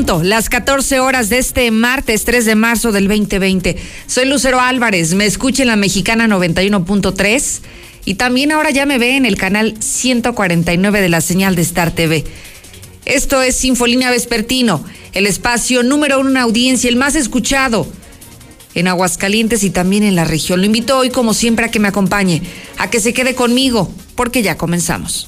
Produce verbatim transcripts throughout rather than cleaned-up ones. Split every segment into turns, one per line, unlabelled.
punto, las catorce horas de este martes tres de marzo del veinte veinte. Soy Lucero Álvarez, me escucha en la Mexicana noventa y uno punto tres y también ahora ya me ve en el canal ciento cuarenta y nueve de la señal de Star T V. Esto es Infolínea Vespertino, el espacio número uno en audiencia, el más escuchado en Aguascalientes y también en la región. Lo invito hoy, como siempre, a que me acompañe, a que se quede conmigo, porque ya comenzamos.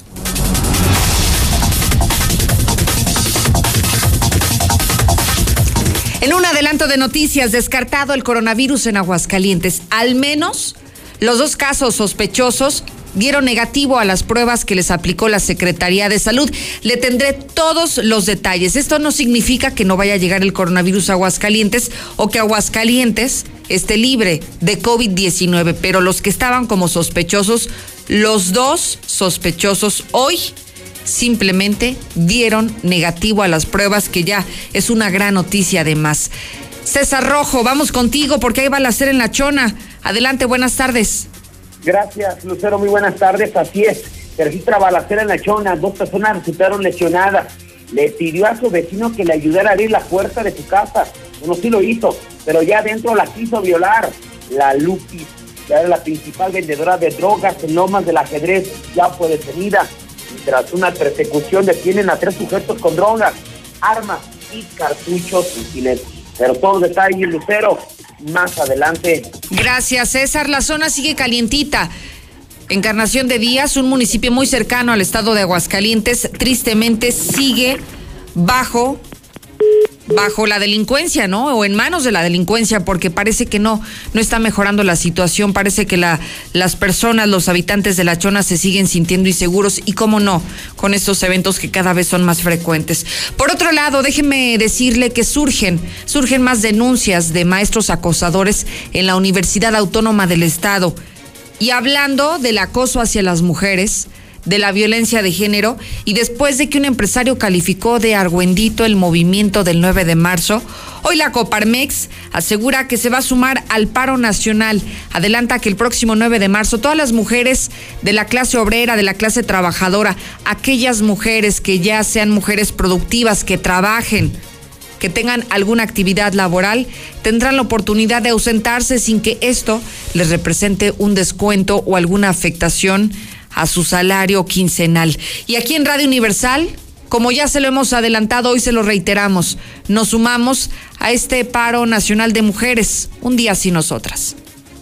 En un adelanto de noticias, descartado el coronavirus en Aguascalientes. Al menos los dos casos sospechosos dieron negativo a las pruebas que les aplicó la Secretaría de Salud. Le tendré todos los detalles. Esto no significa que no vaya a llegar el coronavirus a Aguascalientes o que Aguascalientes esté libre de COVID diecinueve, pero los que estaban como sospechosos, los dos sospechosos hoy simplemente dieron negativo a las pruebas, que ya es una gran noticia además. César Rojo, vamos contigo porque hay balacera en La Chona. Adelante, buenas tardes.
Gracias, Lucero, muy buenas tardes. Así es, se registra balacera en La Chona, dos personas resultaron lesionadas. Le pidió a su vecino que le ayudara a abrir la puerta de su casa. Bueno, sí lo hizo, pero ya adentro la quiso violar. La Lupis, que era la principal vendedora de drogas en Lomas del Ajedrez, ya fue detenida. Y tras una persecución detienen a tres sujetos con drogas, armas y cartuchos útiles. Pero todo detalle, Lucero, más adelante.
Gracias, César. La zona sigue calientita. Encarnación de Díaz, un municipio muy cercano al estado de Aguascalientes, tristemente sigue bajo bajo la delincuencia, ¿no? O en manos de la delincuencia, porque parece que no no está mejorando la situación. Parece que la las personas, los habitantes de La Chona se siguen sintiendo inseguros, y cómo no, con estos eventos que cada vez son más frecuentes. Por otro lado, déjeme decirle que surgen surgen más denuncias de maestros acosadores en la Universidad Autónoma del Estado. Y hablando del acoso hacia las mujeres, de la violencia de género, y después de que un empresario calificó de argüendito el movimiento del nueve de marzo, hoy la Coparmex asegura que se va a sumar al paro nacional. Adelanta que el próximo nueve de marzo todas las mujeres de la clase obrera, de la clase trabajadora, aquellas mujeres que ya sean mujeres productivas, que trabajen, que tengan alguna actividad laboral, tendrán la oportunidad de ausentarse sin que esto les represente un descuento o alguna afectación a su salario quincenal. Y aquí en Radio Universal, como ya se lo hemos adelantado, hoy se lo reiteramos, nos sumamos a este paro nacional de mujeres, un día sin nosotras.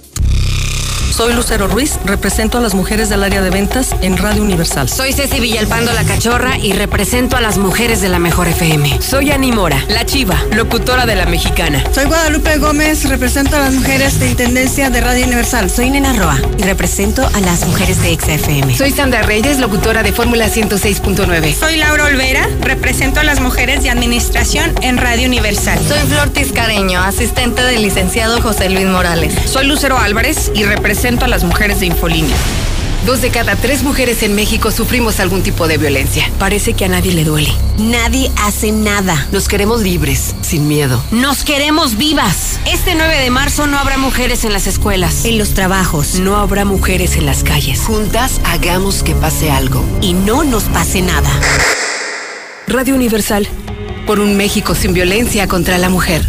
Soy Lucero Ruiz, represento a las mujeres del área de ventas en Radio Universal.
Soy Ceci Villalpando, la Cachorra, y represento a las mujeres de la Mejor F M.
Soy Ani Mora, la Chiva, locutora de la Mexicana.
Soy Guadalupe Gómez, represento a las mujeres de Intendencia de Radio Universal.
Soy Nena Roa y represento a las mujeres de Exa F M.
Soy Sandra Reyes, locutora de Fórmula ciento seis punto nueve.
Soy Laura Olvera, represento a las mujeres de Administración en Radio Universal.
Soy Flor Tiscareño, asistente del licenciado José Luis Morales.
Soy Lucero Álvarez y represento a las mujeres de Infolínea.
Dos de cada tres mujeres en México sufrimos algún tipo de violencia.
Parece que a nadie le duele.
Nadie hace nada.
Nos queremos libres, sin miedo.
Nos queremos vivas. Este nueve de marzo no habrá mujeres en las escuelas,
en los trabajos.
No habrá mujeres en las calles. Juntas hagamos que pase algo.
Y no nos pase nada.
Radio Universal.
Por un México sin violencia contra la mujer.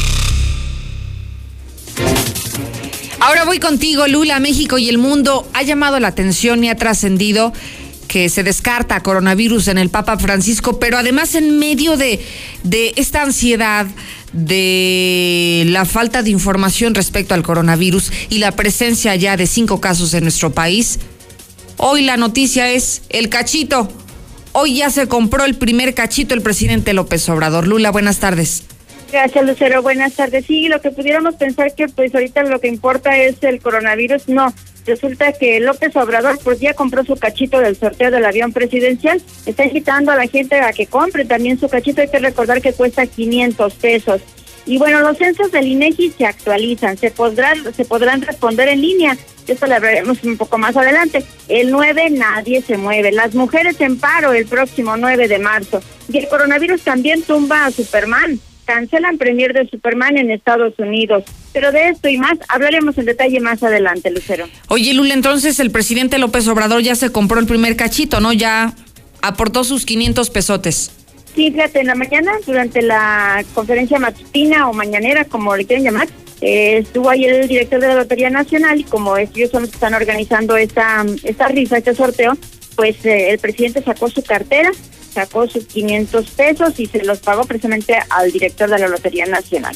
Ahora voy contigo, Lula. México y el mundo ha llamado la atención y ha trascendido que se descarta coronavirus en el Papa Francisco, pero además en medio de, de esta ansiedad, de la falta de información respecto al coronavirus y la presencia ya de cinco casos en nuestro país, hoy la noticia es el cachito. Hoy ya se compró el primer cachito el presidente López Obrador. Lula, buenas tardes.
Gracias, Lucero. Buenas tardes. Sí, lo que pudiéramos pensar que pues ahorita lo que importa es el coronavirus, no. Resulta que López Obrador pues ya compró su cachito del sorteo del avión presidencial. Está invitando a la gente a que compre también su cachito. Hay que recordar que cuesta quinientos pesos. Y bueno, los censos del INEGI se actualizan. Se podrán, se podrán responder en línea. Esto lo veremos un poco más adelante. El nueve nadie se mueve. Las mujeres en paro el próximo nueve de marzo. Y el coronavirus también tumba a Superman. Cancelan premier de Superman en Estados Unidos. Pero de esto y más hablaremos en detalle más adelante, Lucero.
Oye, Lula, entonces el presidente López Obrador ya se compró el primer cachito, ¿no? Ya aportó sus quinientos pesotes.
Sí, fíjate, en la mañana, durante la conferencia matutina o mañanera, como le quieren llamar, eh, estuvo ahí el director de la Lotería Nacional y como ellos son los que están organizando esta, esta rifa, este sorteo, pues eh, el presidente sacó su cartera, sacó sus quinientos pesos y se los pagó precisamente al director de la Lotería Nacional.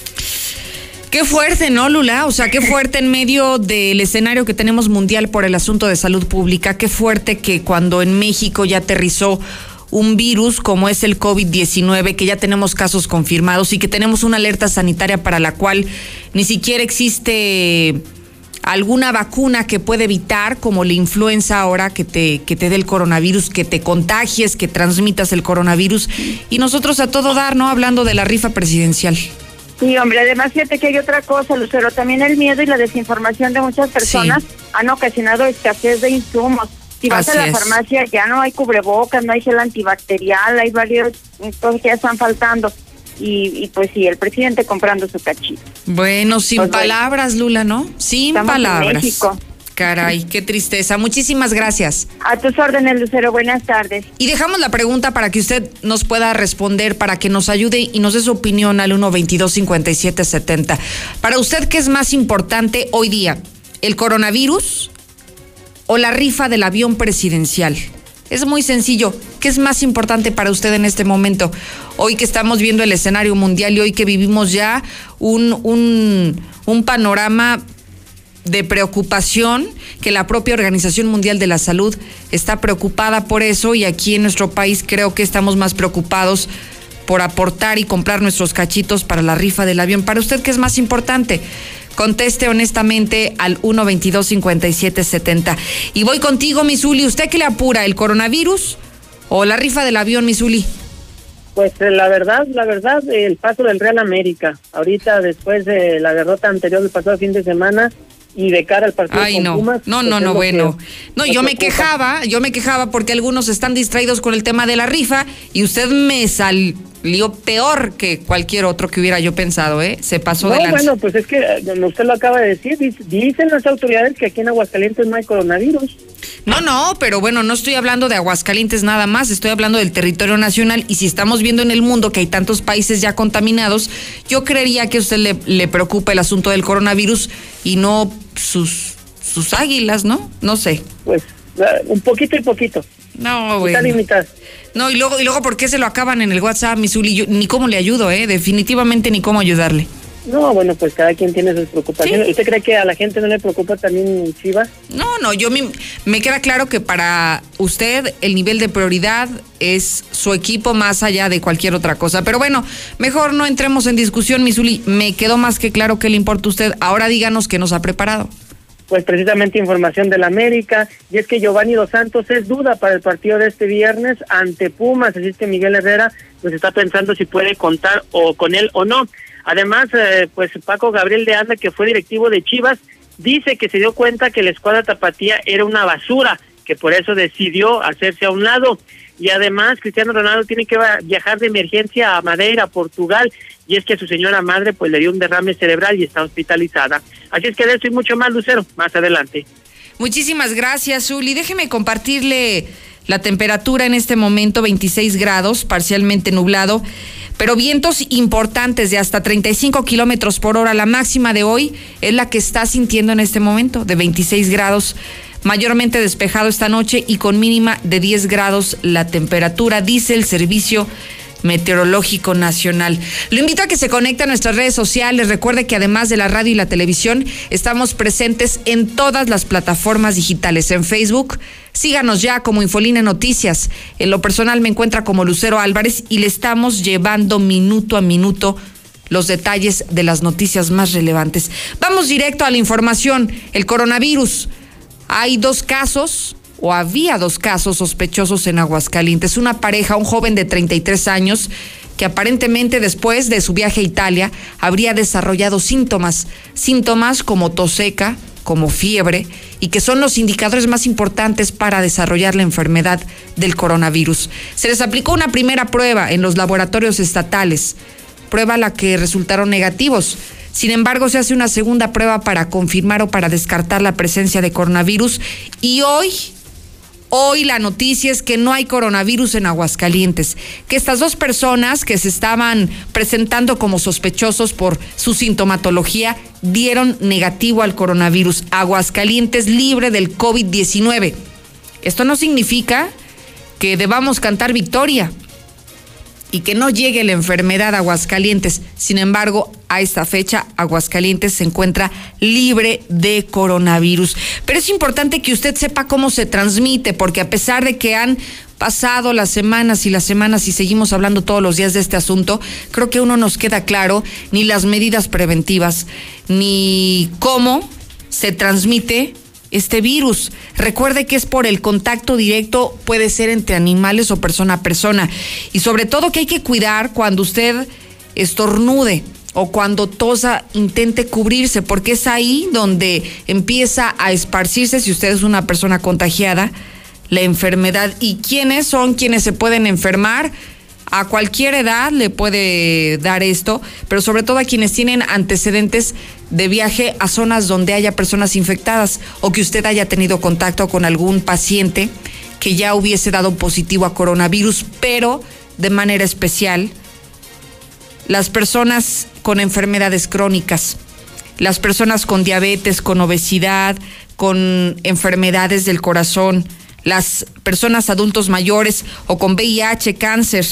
Qué fuerte, ¿no, Lula? O sea, qué fuerte en medio del escenario que tenemos mundial por el asunto de salud pública, qué fuerte que cuando en México ya aterrizó un virus como es el COVID diecinueve, que ya tenemos casos confirmados y que tenemos una alerta sanitaria para la cual ni siquiera existe alguna vacuna que puede evitar, como la influenza ahora, que te, que te dé el coronavirus, que te contagies, que transmitas el coronavirus. Y nosotros a todo dar, ¿no? Hablando de la rifa presidencial.
Sí, hombre, además fíjate que hay otra cosa, Lucero, también el miedo y la desinformación de muchas personas sí. han ocasionado escasez de insumos. Si vas Así a la es. farmacia ya no hay cubrebocas, no hay gel antibacterial, hay varios cosas que ya están faltando. Y, y pues sí, el presidente comprando su cachito.
Bueno, sin pues, palabras, Lula, ¿no? Sin palabras. En México. Caray, qué tristeza. Muchísimas gracias.
A tus órdenes, Lucero. Buenas tardes.
Y dejamos la pregunta para que usted nos pueda responder, para que nos ayude y nos dé su opinión al uno veintidós cincuenta y siete setenta. Para usted, ¿qué es más importante hoy día? ¿El coronavirus o la rifa del avión presidencial? Es muy sencillo. ¿Qué es más importante para usted en este momento? Hoy que estamos viendo el escenario mundial y hoy que vivimos ya un, un, un panorama de preocupación, que la propia Organización Mundial de la Salud está preocupada por eso, y aquí en nuestro país creo que estamos más preocupados por aportar y comprar nuestros cachitos para la rifa del avión. Para usted, ¿qué es más importante? Conteste honestamente al uno veintidós cincuenta y siete setenta. Y voy contigo, Misuli. ¿Usted qué le apura, el coronavirus o la rifa del avión, Misuli?
Pues eh, la verdad, la verdad, el paso del Real América. Ahorita, después de la derrota anterior del pasado fin de semana, y de cara al partido
Ay,
con
no.
Pumas.
No,
pues
no, no, bueno. No, yo me
preocupa.
quejaba, yo me quejaba porque algunos están distraídos con el tema de la rifa y usted me salió peor que cualquier otro que hubiera yo pensado, ¿eh? Se pasó
no,
de lanza.
Bueno, pues es que usted lo acaba de decir, dicen las autoridades que aquí en Aguascalientes no hay coronavirus.
No, no, pero bueno, no estoy hablando de Aguascalientes nada más, estoy hablando del territorio nacional, y si estamos viendo en el mundo que hay tantos países ya contaminados, yo creería que a usted le, le preocupa el asunto del coronavirus y no sus sus águilas, ¿no? No sé.
Pues un poquito y poquito.
No, güey.
Está limitado.
No, y luego, y luego, ¿por qué se lo acaban en el WhatsApp, Misuli? Yo, ni cómo le ayudo, ¿eh? Definitivamente ni cómo ayudarle.
No, bueno, pues cada quien tiene sus preocupaciones. ¿Sí? ¿Usted cree que a la gente no le preocupa también Chivas?
No, no, yo me, me queda claro que para usted el nivel de prioridad es su equipo más allá de cualquier otra cosa. Pero bueno, mejor no entremos en discusión, Misuli. Me quedó más que claro que le importa a usted. Ahora díganos qué nos ha preparado.
Pues precisamente información del América, y es que Giovanni Dos Santos es duda para el partido de este viernes ante Pumas, así es que Miguel Herrera pues está pensando si puede contar o con él o no. Además, eh, pues Paco Gabriel de Anda, que fue directivo de Chivas, dice que se dio cuenta que la escuadra tapatía era una basura, que por eso decidió hacerse a un lado. Y además, Cristiano Ronaldo tiene que viajar de emergencia a Madeira, Portugal, y es que su señora madre pues le dio un derrame cerebral y está hospitalizada. Así es que de esto y mucho más, Lucero, más adelante.
Muchísimas gracias, Zuli. Déjeme compartirle la temperatura en este momento, veintiséis grados, parcialmente nublado, pero vientos importantes de hasta treinta y cinco kilómetros por hora. La máxima de hoy es la que está sintiendo en este momento, de veintiséis grados, mayormente despejado esta noche y con mínima de diez grados la temperatura, dice el Servicio Meteorológico Nacional. Lo invito a que se conecte a nuestras redes sociales. Recuerde que además de la radio y la televisión, estamos presentes en todas las plataformas digitales. En Facebook, síganos ya como Infolínea Noticias. En lo personal me encuentra como Lucero Álvarez y le estamos llevando minuto a minuto los detalles de las noticias más relevantes. Vamos directo a la información. El coronavirus. Hay dos casos, o había dos casos sospechosos en Aguascalientes. Una pareja, un joven de treinta y tres años, que aparentemente después de su viaje a Italia habría desarrollado síntomas, síntomas como tos seca, como fiebre, y que son los indicadores más importantes para desarrollar la enfermedad del coronavirus. Se les aplicó una primera prueba en los laboratorios estatales, prueba a la que resultaron negativos. Sin embargo, se hace una segunda prueba para confirmar o para descartar la presencia de coronavirus, y hoy Hoy la noticia es que no hay coronavirus en Aguascalientes, que estas dos personas que se estaban presentando como sospechosos por su sintomatología dieron negativo al coronavirus. Aguascalientes libre del COVID diecinueve. Esto no significa que debamos cantar victoria y que no llegue la enfermedad a Aguascalientes. Sin embargo, a esta fecha, Aguascalientes se encuentra libre de coronavirus. Pero es importante que usted sepa cómo se transmite, porque a pesar de que han pasado las semanas y las semanas y seguimos hablando todos los días de este asunto, creo que uno nos queda claro ni las medidas preventivas, ni cómo se transmite este virus. Recuerde que es por el contacto directo, puede ser entre animales o persona a persona. Y sobre todo que hay que cuidar cuando usted estornude o cuando tosa, intente cubrirse, porque es ahí donde empieza a esparcirse, si usted es una persona contagiada, la enfermedad. ¿Y quiénes son quienes se pueden enfermar? A cualquier edad le puede dar esto, pero sobre todo a quienes tienen antecedentes de viaje a zonas donde haya personas infectadas o que usted haya tenido contacto con algún paciente que ya hubiese dado positivo a coronavirus, pero de manera especial las personas con enfermedades crónicas, las personas con diabetes, con obesidad, con enfermedades del corazón, las personas adultos mayores o con V I H, cáncer.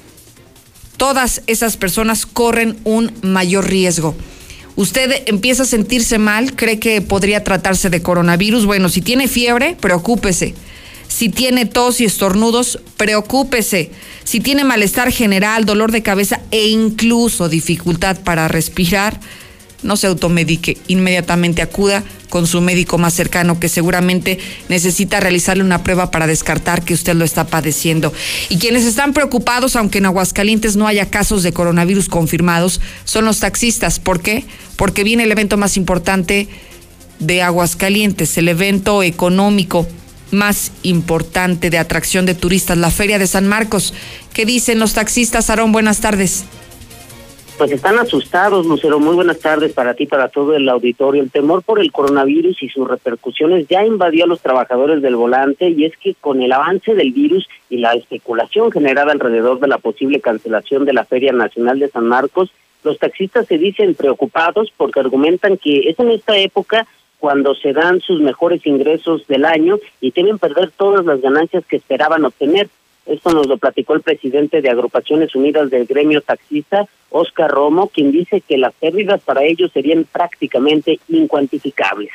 Todas esas personas corren un mayor riesgo. Usted empieza a sentirse mal, cree que podría tratarse de coronavirus. Bueno, si tiene fiebre, preocúpese. Si tiene tos y estornudos, preocúpese. Si tiene malestar general, dolor de cabeza e incluso dificultad para respirar, no se automedique. Inmediatamente acuda con su médico más cercano, que seguramente necesita realizarle una prueba para descartar que usted lo está padeciendo. Y quienes están preocupados, aunque en Aguascalientes no haya casos de coronavirus confirmados, son los taxistas. ¿Por qué? Porque viene el evento más importante de Aguascalientes, el evento económico más importante de atracción de turistas, la Feria de San Marcos. ¿Qué dicen los taxistas, Aarón? Buenas tardes.
Pues están asustados, Lucero. Muy buenas tardes para ti, para todo el auditorio. El temor por el coronavirus y sus repercusiones ya invadió a los trabajadores del volante, y es que con el avance del virus y la especulación generada alrededor de la posible cancelación de la Feria Nacional de San Marcos, los taxistas se dicen preocupados porque argumentan que es en esta época cuando se dan sus mejores ingresos del año y temen perder todas las ganancias que esperaban obtener. Esto nos lo platicó el presidente de Agrupaciones Unidas del Gremio Taxista, Óscar Romo, quien dice que las pérdidas para ellos serían prácticamente incuantificables.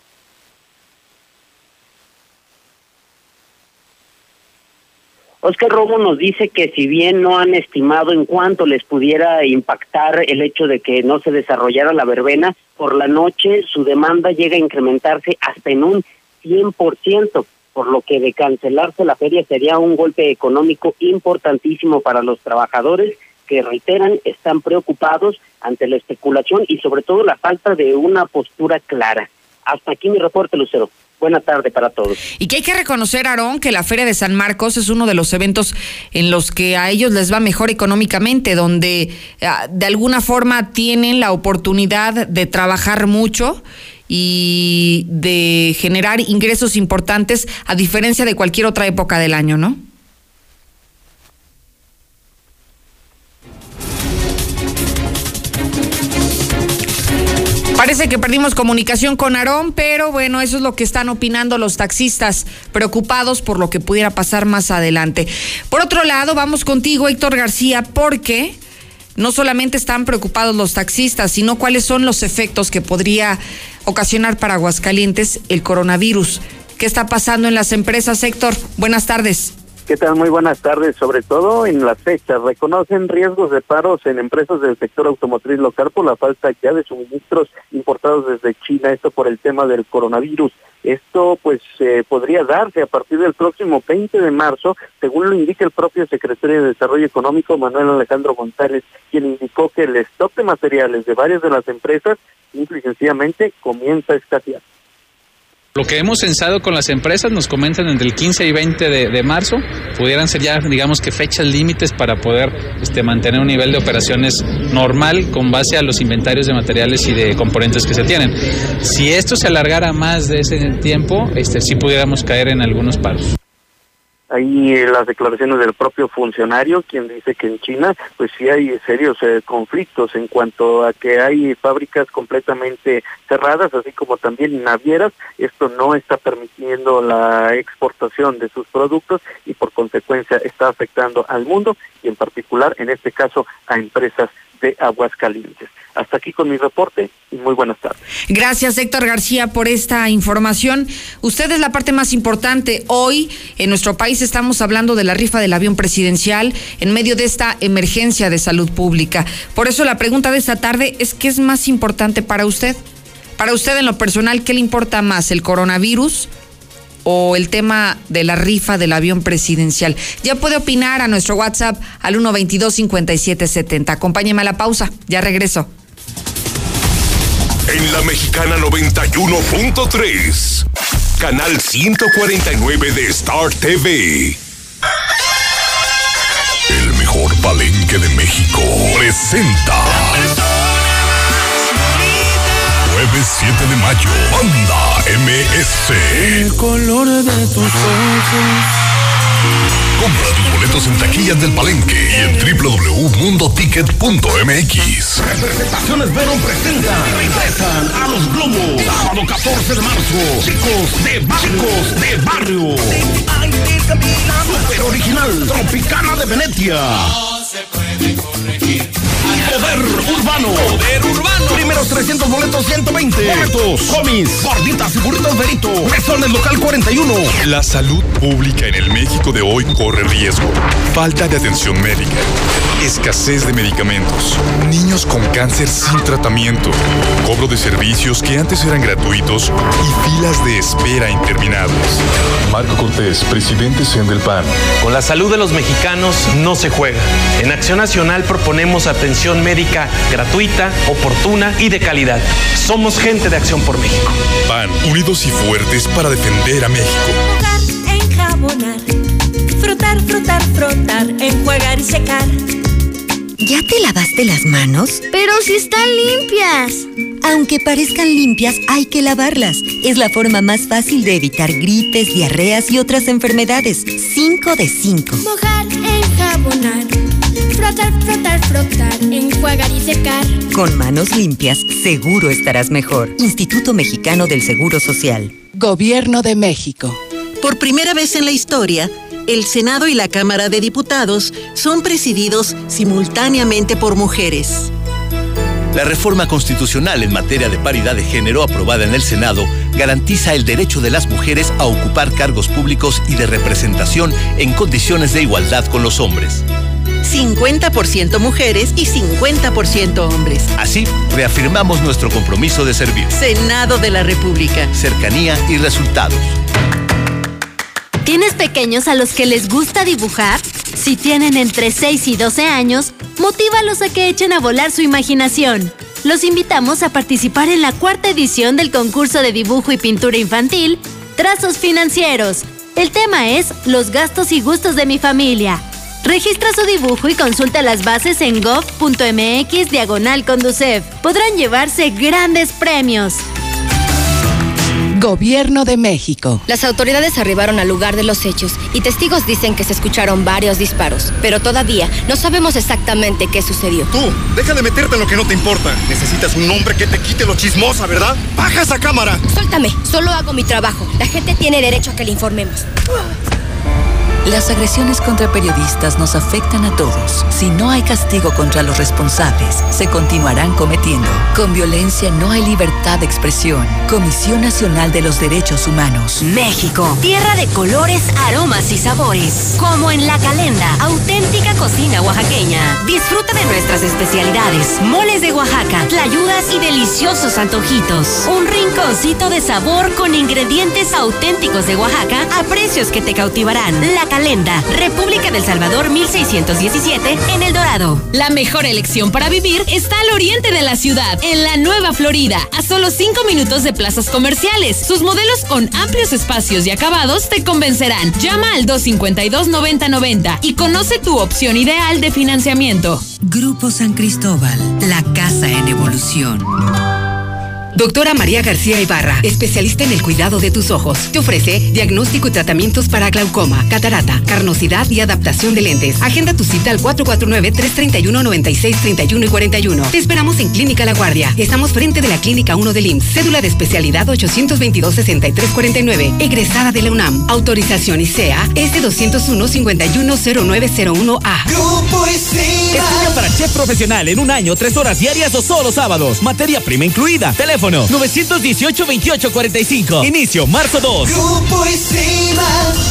Óscar Romo nos dice que si bien no han estimado en cuánto les pudiera impactar el hecho de que no se desarrollara la verbena, por la noche su demanda llega a incrementarse hasta en un cien por ciento. Por lo que de cancelarse la feria sería un golpe económico importantísimo para los trabajadores, que reiteran están preocupados ante la especulación y sobre todo la falta de una postura clara. Hasta aquí mi reporte, Lucero. Buena tarde para todos.
Y que hay que reconocer, Aarón, que la Feria de San Marcos es uno de los eventos en los que a ellos les va mejor económicamente, donde de alguna forma tienen la oportunidad de trabajar mucho y de generar ingresos importantes, a diferencia de cualquier otra época del año, ¿no? Parece que perdimos comunicación con Aarón, pero bueno, eso es lo que están opinando los taxistas, preocupados por lo que pudiera pasar más adelante. Por otro lado, vamos contigo, Héctor García, porque no solamente están preocupados los taxistas, sino cuáles son los efectos que podría ocasionar para Aguascalientes el coronavirus. ¿Qué está pasando en las empresas, Héctor? Buenas tardes.
¿Qué tal? Muy buenas tardes. Sobre todo en las fechas, reconocen riesgos de paros en empresas del sector automotriz local por la falta ya de suministros importados desde China, esto por el tema del coronavirus. Esto pues eh, podría darse a partir del próximo veinte de marzo, según lo indica el propio secretario de Desarrollo Económico, Manuel Alejandro González, quien indicó que el stock de materiales de varias de las empresas simple y sencillamente comienza a escasear.
Lo que hemos censado con las empresas nos comentan entre el quince y veinte de, de marzo, pudieran ser ya, digamos que fechas límites para poder este, mantener un nivel de operaciones normal con base a los inventarios de materiales y de componentes que se tienen. Si esto se alargara más de ese tiempo, este, sí pudiéramos caer en algunos paros.
ahí eh, las declaraciones del propio funcionario, quien dice que en China pues sí hay serios eh, conflictos en cuanto a que hay fábricas completamente cerradas, así como también navieras. Esto no está permitiendo la exportación de sus productos y por consecuencia está afectando al mundo y en particular en este caso a empresas de Aguascalientes. Hasta aquí con mi reporte y muy buenas tardes.
Gracias, Héctor García, por esta información. Usted es la parte más importante. Hoy en nuestro país estamos hablando de la rifa del avión presidencial en medio de esta emergencia de salud pública. Por eso la pregunta de esta tarde es: ¿qué es más importante para usted? Para usted en lo personal, ¿qué le importa más, el coronavirus o el tema de la rifa del avión presidencial? Ya puede opinar a nuestro WhatsApp al uno veintidós cincuenta y siete setenta. Acompáñeme a la pausa, ya regreso.
En la Mexicana noventa y uno punto tres, canal ciento cuarenta y nueve de Star T V. El mejor palenque de México presenta jueves siete de mayo, Banda M S.
El color de tus ojos.
Compra tus boletos en taquillas del Palenque y en doble u doble u doble u punto mundo ticket punto m x.
Representaciones Verón presentan, regresan a los globos, sábado catorce de marzo, chicos de chicos de barrio. Super original, Tropicana de Venecia.
No se puede corregir.
Poder Urbano.
Poder Urbano.
Primeros trescientos boletos, ciento veinte. Boletos, comis, gorditas y burritos Verito. Mesones local cuarenta y uno.
La salud pública en el México de hoy corre riesgo. Falta de atención médica, escasez de medicamentos, niños con cáncer sin tratamiento, cobro de servicios que antes eran gratuitos y filas de espera interminables.
Marco Cortés, presidente C E N del P A N.
Con la salud de los mexicanos no se juega. En Acción Nacional proponemos atención médica gratuita, oportuna y de calidad. Somos gente de Acción por México.
P A N, unidos y fuertes para defender a México.
Mojar, enjabonar, frotar, frotar, frotar, enjuagar y secar.
¿Ya te lavaste las manos?
¡Pero si están limpias!
Aunque parezcan limpias, hay que lavarlas. Es la forma más fácil de evitar gripes, diarreas y otras enfermedades. Cinco de cinco.
Mojar, enjabonar, frotar, frotar, frotar, enjuagar y secar.
Con manos limpias, seguro estarás mejor. Instituto Mexicano del Seguro Social.
Gobierno de México. Por primera vez en la historia, el Senado y la Cámara de Diputados son presididos simultáneamente por mujeres.
La reforma constitucional en materia de paridad de género aprobada en el Senado garantiza el derecho de las mujeres a ocupar cargos públicos y de representación en condiciones de igualdad con los hombres.
cincuenta por ciento mujeres y cincuenta por ciento hombres.
Así, reafirmamos nuestro compromiso de servir.
Senado de la República.
Cercanía y resultados.
¿Tienes pequeños a los que les gusta dibujar? Si tienen entre seis y doce años, motívalos a que echen a volar su imaginación. Los invitamos a participar en la cuarta edición del concurso de dibujo y pintura infantil, Trazos Financieros. El tema es Los gastos y gustos de mi familia. Registra su dibujo y consulta las bases en gov punto mx diagonal Conducef. Podrán llevarse grandes premios.
Gobierno de México.
Las autoridades arribaron al lugar de los hechos y testigos dicen que se escucharon varios disparos, pero todavía no sabemos exactamente qué sucedió.
Tú, deja de meterte en lo que no te importa. Necesitas un hombre que te quite lo chismosa, ¿verdad? ¡Baja esa cámara!
Suéltame, solo hago mi trabajo. La gente tiene derecho a que le informemos.
Las agresiones contra periodistas nos afectan a todos. Si no hay castigo contra los responsables, se continuarán cometiendo. Con violencia no hay libertad de expresión. Comisión Nacional de los Derechos Humanos.
México, tierra de colores, aromas y sabores. Como en La Calenda, auténtica cocina oaxaqueña. Disfruta de nuestras especialidades, moles de Oaxaca, tlayudas y deliciosos antojitos. Un rinconcito de sabor con ingredientes auténticos de Oaxaca a precios que te cautivarán. La Calenda, República del Salvador mil seiscientos diecisiete, en El Dorado.
La mejor elección para vivir está al oriente de la ciudad, en la Nueva Florida, a solo cinco minutos de plazas comerciales. Sus modelos con amplios espacios y acabados te convencerán. Llama al dos cincuenta y dos, noventa noventa y conoce tu opción ideal de financiamiento.
Grupo San Cristóbal, la casa en evolución.
Doctora María García Ibarra, especialista en el cuidado de tus ojos. Te ofrece diagnóstico y tratamientos para glaucoma, catarata, carnosidad y adaptación de lentes. Agenda tu cita al cuatro cuatro nueve, tres tres uno, nueve seis tres uno y cuarenta y uno. Te esperamos en Clínica La Guardia. Estamos frente de la Clínica uno del I M S. Cédula de especialidad ochocientos veintidós, sesenta y tres cuarenta y nueve. Egresada de la UNAM. Autorización I C A S doscientos uno, cincuenta y uno cero nueve cero uno A.
Grupo Isima. Estudia para chef profesional en un año, tres horas diarias o solo sábados. Materia prima incluida. Teléfono nueve uno ocho, veintiocho cuarenta y cinco. Inicio marzo dos. Grupo Isima.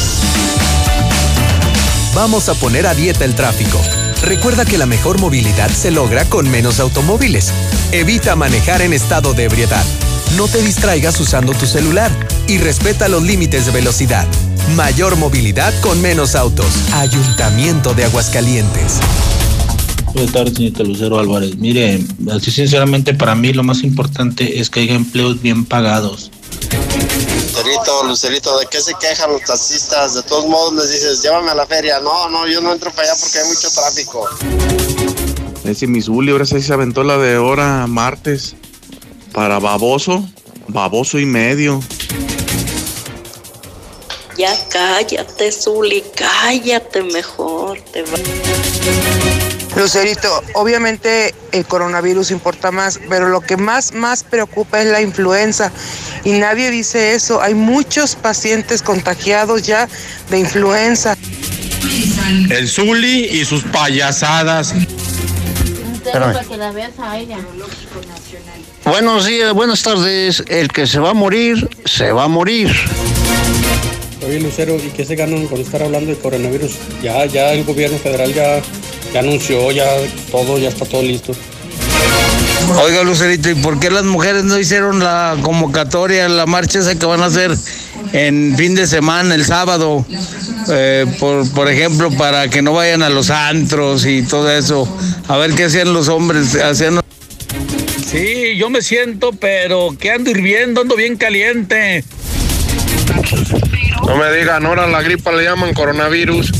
Vamos a poner a dieta el tráfico. Recuerda que la mejor movilidad se logra con menos automóviles. Evita manejar en estado de ebriedad. No te distraigas usando tu celular y respeta los límites de velocidad. Mayor movilidad con menos autos. Ayuntamiento de Aguascalientes.
Buenas tardes, señorita Lucero Álvarez. Mire, así sinceramente para mí lo más importante es que haya empleos bien pagados.
Lucerito, Lucerito, ¿de qué se quejan los taxistas? De todos modos les dices, llévame a la feria. No, no, yo no entro para allá porque hay mucho tráfico.
Ese Missouli ahora sí se aventó la de hora martes. Para baboso, baboso y medio.
Ya cállate, Zuli, cállate mejor. Te va...
Lucerito, obviamente el coronavirus importa más, pero lo que más, más preocupa es la influenza. Y nadie dice eso. Hay muchos pacientes contagiados ya de influenza.
El Zuli y sus payasadas.
Para que la veas a ella.
Buenos días, buenas tardes. El que se va a morir, se va a morir.
Oye, Lucero, ¿y qué se ganan con estar hablando de coronavirus? Ya, ya el gobierno federal ya, ya anunció, ya todo, ya está todo listo.
Oiga, Lucerito, ¿y por qué las mujeres no hicieron la convocatoria, la marcha esa que van a hacer en fin de semana, el sábado? Eh, por, por ejemplo, para que no vayan a los antros y todo eso. A ver qué hacían los hombres, hacían...
Sí, yo me siento, pero que ando hirviendo, ando bien caliente.
No me digan, ahora la gripa le llaman coronavirus.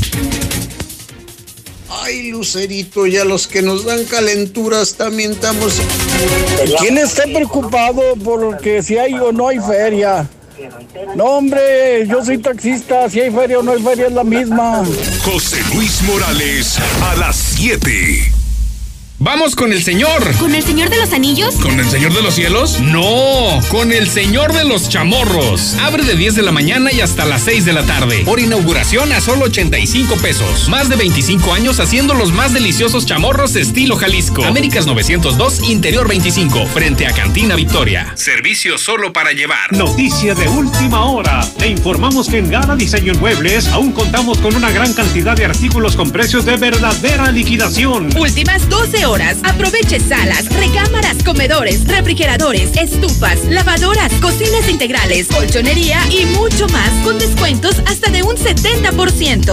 Ay, Lucerito, ya los que nos dan calenturas también estamos...
¿Quién está preocupado porque si hay o no hay feria? No, hombre, yo soy taxista, si hay feria o no hay feria es la misma.
José Luis Morales, a las siete.
Vamos con el señor.
¿Con el señor de los anillos?
¿Con el señor de los cielos? No, con el señor de los chamorros. Abre de diez de la mañana y hasta las seis de la tarde. Por inauguración a solo ochenta y cinco pesos. Más de veinticinco años haciendo los más deliciosos chamorros estilo Jalisco. Américas novecientos dos, Interior veinticinco, frente a Cantina Victoria. Servicio solo para llevar.
Noticia de última hora. Te informamos que en Gala Diseño en Muebles aún contamos con una gran cantidad de artículos con precios de verdadera liquidación.
Últimas doce horas. Aproveche salas, recámaras, comedores, refrigeradores, estufas, lavadoras, cocinas integrales, colchonería y mucho más con descuentos hasta de un setenta por ciento.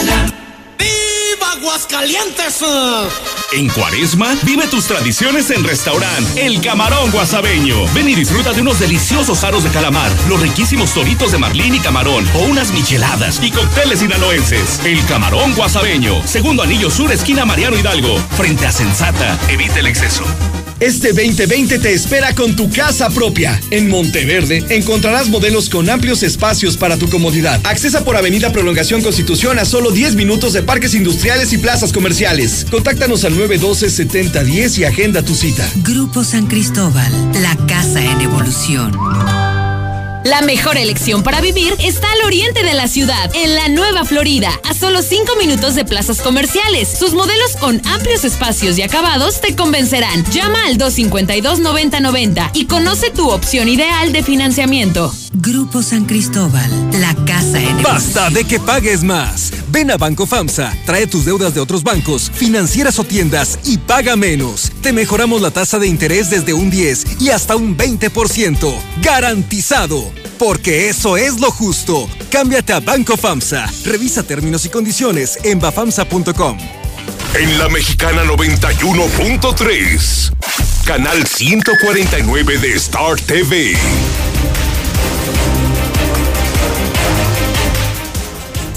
¡Viva Aguascalientes!
En Cuaresma, vive tus tradiciones en Restaurante El Camarón Guasabeño. Ven y disfruta de unos deliciosos aros de calamar, los riquísimos toritos de marlín y camarón, o unas micheladas y cócteles sinaloenses. El Camarón Guasabeño, segundo anillo sur, esquina Mariano Hidalgo, frente a Sensata. Evita el exceso.
Este veinte veinte te espera con tu casa propia. En Monteverde encontrarás modelos con amplios espacios para tu comodidad. Accesa por Avenida Prolongación Constitución a solo diez minutos de parques industriales y plazas comerciales. Contáctanos al nueve uno dos, setenta diez y agenda tu cita.
Grupo San Cristóbal, la casa en evolución.
La mejor elección para vivir está al oriente de la ciudad, en la Nueva Florida, a solo cinco minutos de plazas comerciales. Sus modelos con amplios espacios y acabados te convencerán. Llama al dos cinco dos, noventa noventa y conoce tu opción ideal de financiamiento.
Grupo San Cristóbal, la casa en...
¡Basta de que pagues más! Ven a Banco FAMSA, trae tus deudas de otros bancos, financieras o tiendas y paga menos. Te mejoramos la tasa de interés desde un diez y hasta un veinte por ciento. ¡Garantizado! Porque eso es lo justo. Cámbiate a Banco FAMSA. Revisa términos y condiciones en bafamsa punto com.
En la Mexicana noventa y uno punto tres, canal ciento cuarenta y nueve de Star T V.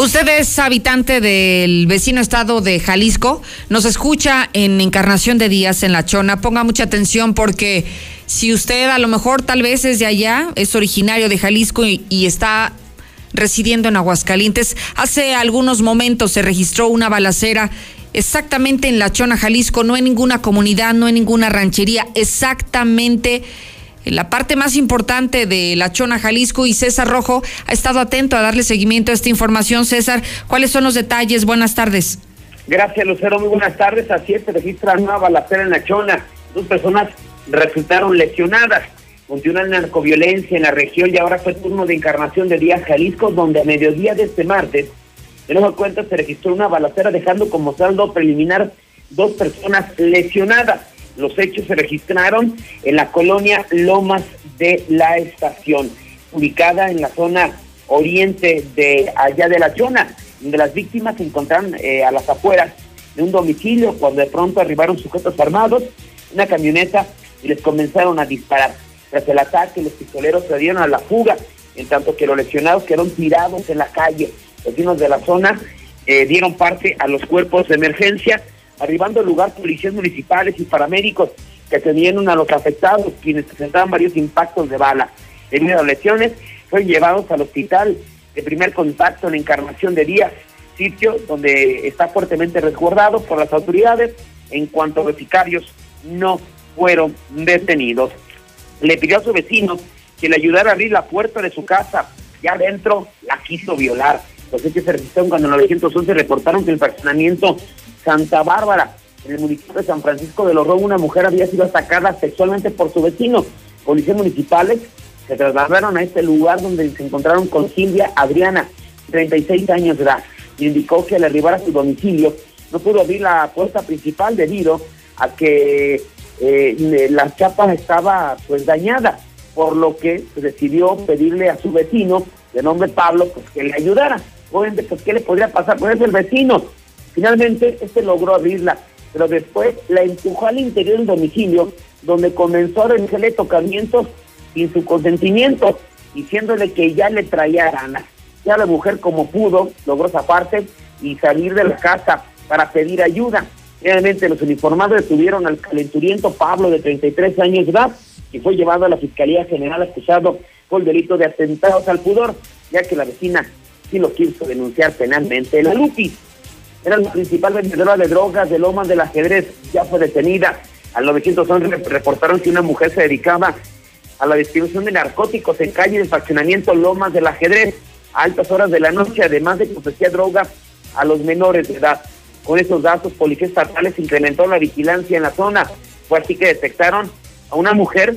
Usted es habitante del vecino estado de Jalisco, nos escucha en Encarnación de Díaz, en La Chona. Ponga mucha atención porque si usted a lo mejor tal vez es de allá, es originario de Jalisco y, y está residiendo en Aguascalientes, hace algunos momentos se registró una balacera exactamente en La Chona, Jalisco, no en ninguna comunidad, no en ninguna ranchería, exactamente en la parte más importante de La Chona, Jalisco, y César Rojo ha estado atento a darle seguimiento a esta información. César, ¿cuáles son los detalles? Buenas tardes.
Gracias, Lucero, muy buenas tardes. Así es, se registra una balacera en La Chona. Dos personas resultaron lesionadas. Continúa la narcoviolencia en la región y ahora fue turno de Encarnación de Díaz, Jalisco, donde a mediodía de este martes, de nueva cuenta, se registró una balacera dejando como saldo preliminar dos personas lesionadas. Los hechos se registraron en la colonia Lomas de la Estación, ubicada en la zona oriente de allá de La Chona, donde las víctimas se encontraron eh, a las afueras de un domicilio cuando de pronto arribaron sujetos armados, una camioneta, y les comenzaron a disparar. Tras el ataque, los pistoleros se dieron a la fuga, en tanto que los lesionados quedaron tirados en la calle. Vecinos de la zona eh, dieron parte a los cuerpos de emergencia, arribando al lugar policías municipales y paramédicos que atendieron a los afectados, quienes presentaban varios impactos de bala. Debido a las lesiones, fueron llevados al hospital de primer contacto en Encarnación de Díaz, sitio donde está fuertemente resguardado por las autoridades, en cuanto los sicarios no fueron detenidos. Le pidió a su vecino que le ayudara a abrir la puerta de su casa, y adentro la quiso violar. Los hechos se registraron cuando en nueve once reportaron que el fraccionamiento Santa Bárbara, en el municipio de San Francisco de los Romos, una mujer había sido atacada sexualmente por su vecino. Policías municipales se trasladaron a este lugar donde se encontraron con Silvia Adriana, treinta y seis años de edad. Le indicó que al arribar a su domicilio no pudo abrir la puerta principal debido a que eh, la chapa estaba pues dañada, por lo que pues, decidió pedirle a su vecino, de nombre Pablo, pues que le ayudara. Obviamente, pues ¿qué le podría pasar? Pues es el vecino. Finalmente, este logró abrirla, pero después la empujó al interior del domicilio, donde comenzó a realizarle tocamientos sin su consentimiento, diciéndole que ya le traía ganas. Ya la mujer, como pudo, logró zafarse y salir de la casa para pedir ayuda. Finalmente, los uniformados detuvieron al calenturiento Pablo, de treinta y tres años de edad, y fue llevado a la Fiscalía General acusado por el delito de atentados al pudor, ya que la vecina sí lo quiso denunciar penalmente. La Lupi era la principal vendedora de drogas de Lomas del Ajedrez, ya fue detenida. Al nueve once reportaron que una mujer se dedicaba a la distribución de narcóticos en calle del fraccionamiento Lomas del Ajedrez a altas horas de la noche, además de que ofrecía drogas a los menores de edad. Con esos datos, policías estatales incrementó la vigilancia en la zona. Fue así que detectaron a una mujer,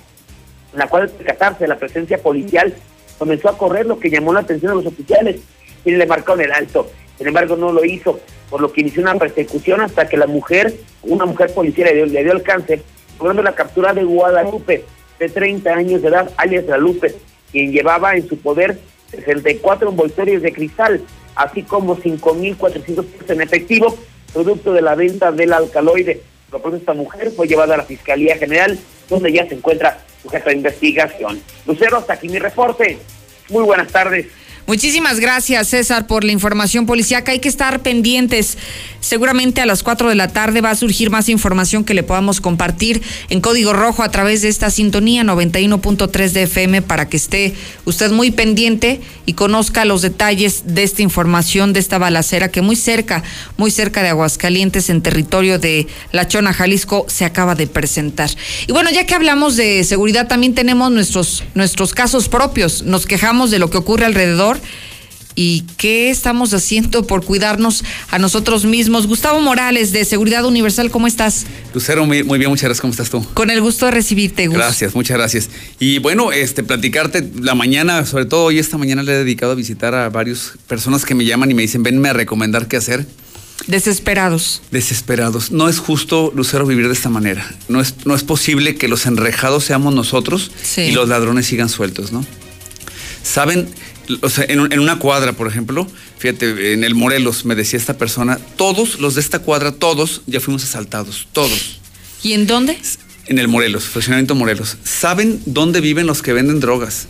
la cual, al percatarse de la presencia policial, comenzó a correr, lo que llamó la atención de los oficiales, y le marcaron el alto. Sin embargo, no lo hizo, por lo que inició una persecución hasta que la mujer, una mujer policía, le dio, le dio alcance, logrando la captura de Guadalupe, de treinta años de edad, alias La Lupe, quien llevaba en su poder sesenta y cuatro envoltorios de cristal, así como cinco mil cuatrocientos pesos en efectivo, producto de la venta del alcaloide. Por lo pronto, esta mujer fue llevada a la Fiscalía General, donde ya se encuentra sujeta a investigación. Lucero, hasta aquí mi reporte. Muy buenas tardes.
Muchísimas gracias, César, por la información policíaca. Hay que estar pendientes. Seguramente a las cuatro de la tarde va a surgir más información que le podamos compartir en Código Rojo a través de esta sintonía noventa y uno punto tres de F M, para que esté usted muy pendiente y conozca los detalles de esta información, de esta balacera que muy cerca, muy cerca de Aguascalientes, en territorio de La Chona, Jalisco, se acaba de presentar. Y bueno, ya que hablamos de seguridad, también tenemos nuestros, nuestros casos propios. Nos quejamos de lo que ocurre alrededor. ¿Y qué estamos haciendo por cuidarnos a nosotros mismos? Gustavo Morales, de Seguridad Universal, ¿cómo estás?
Lucero, muy, muy bien, muchas gracias. ¿Cómo estás tú?
Con el gusto de recibirte, Gus.
Gracias, muchas gracias. Y bueno, este, platicarte la mañana, sobre todo hoy, esta mañana le he dedicado a visitar a varias personas que me llaman y me dicen, venme a recomendar qué hacer.
Desesperados.
Desesperados. No es justo, Lucero, vivir de esta manera. No es, no es posible que los enrejados seamos nosotros, sí, y los ladrones sigan sueltos, ¿no? Saben, o sea, en, en una cuadra, por ejemplo, fíjate, en el Morelos, me decía esta persona, todos los de esta cuadra, todos ya fuimos asaltados, todos.
¿Y en dónde?
En el Morelos, fraccionamiento Morelos. ¿Saben dónde viven los que venden drogas?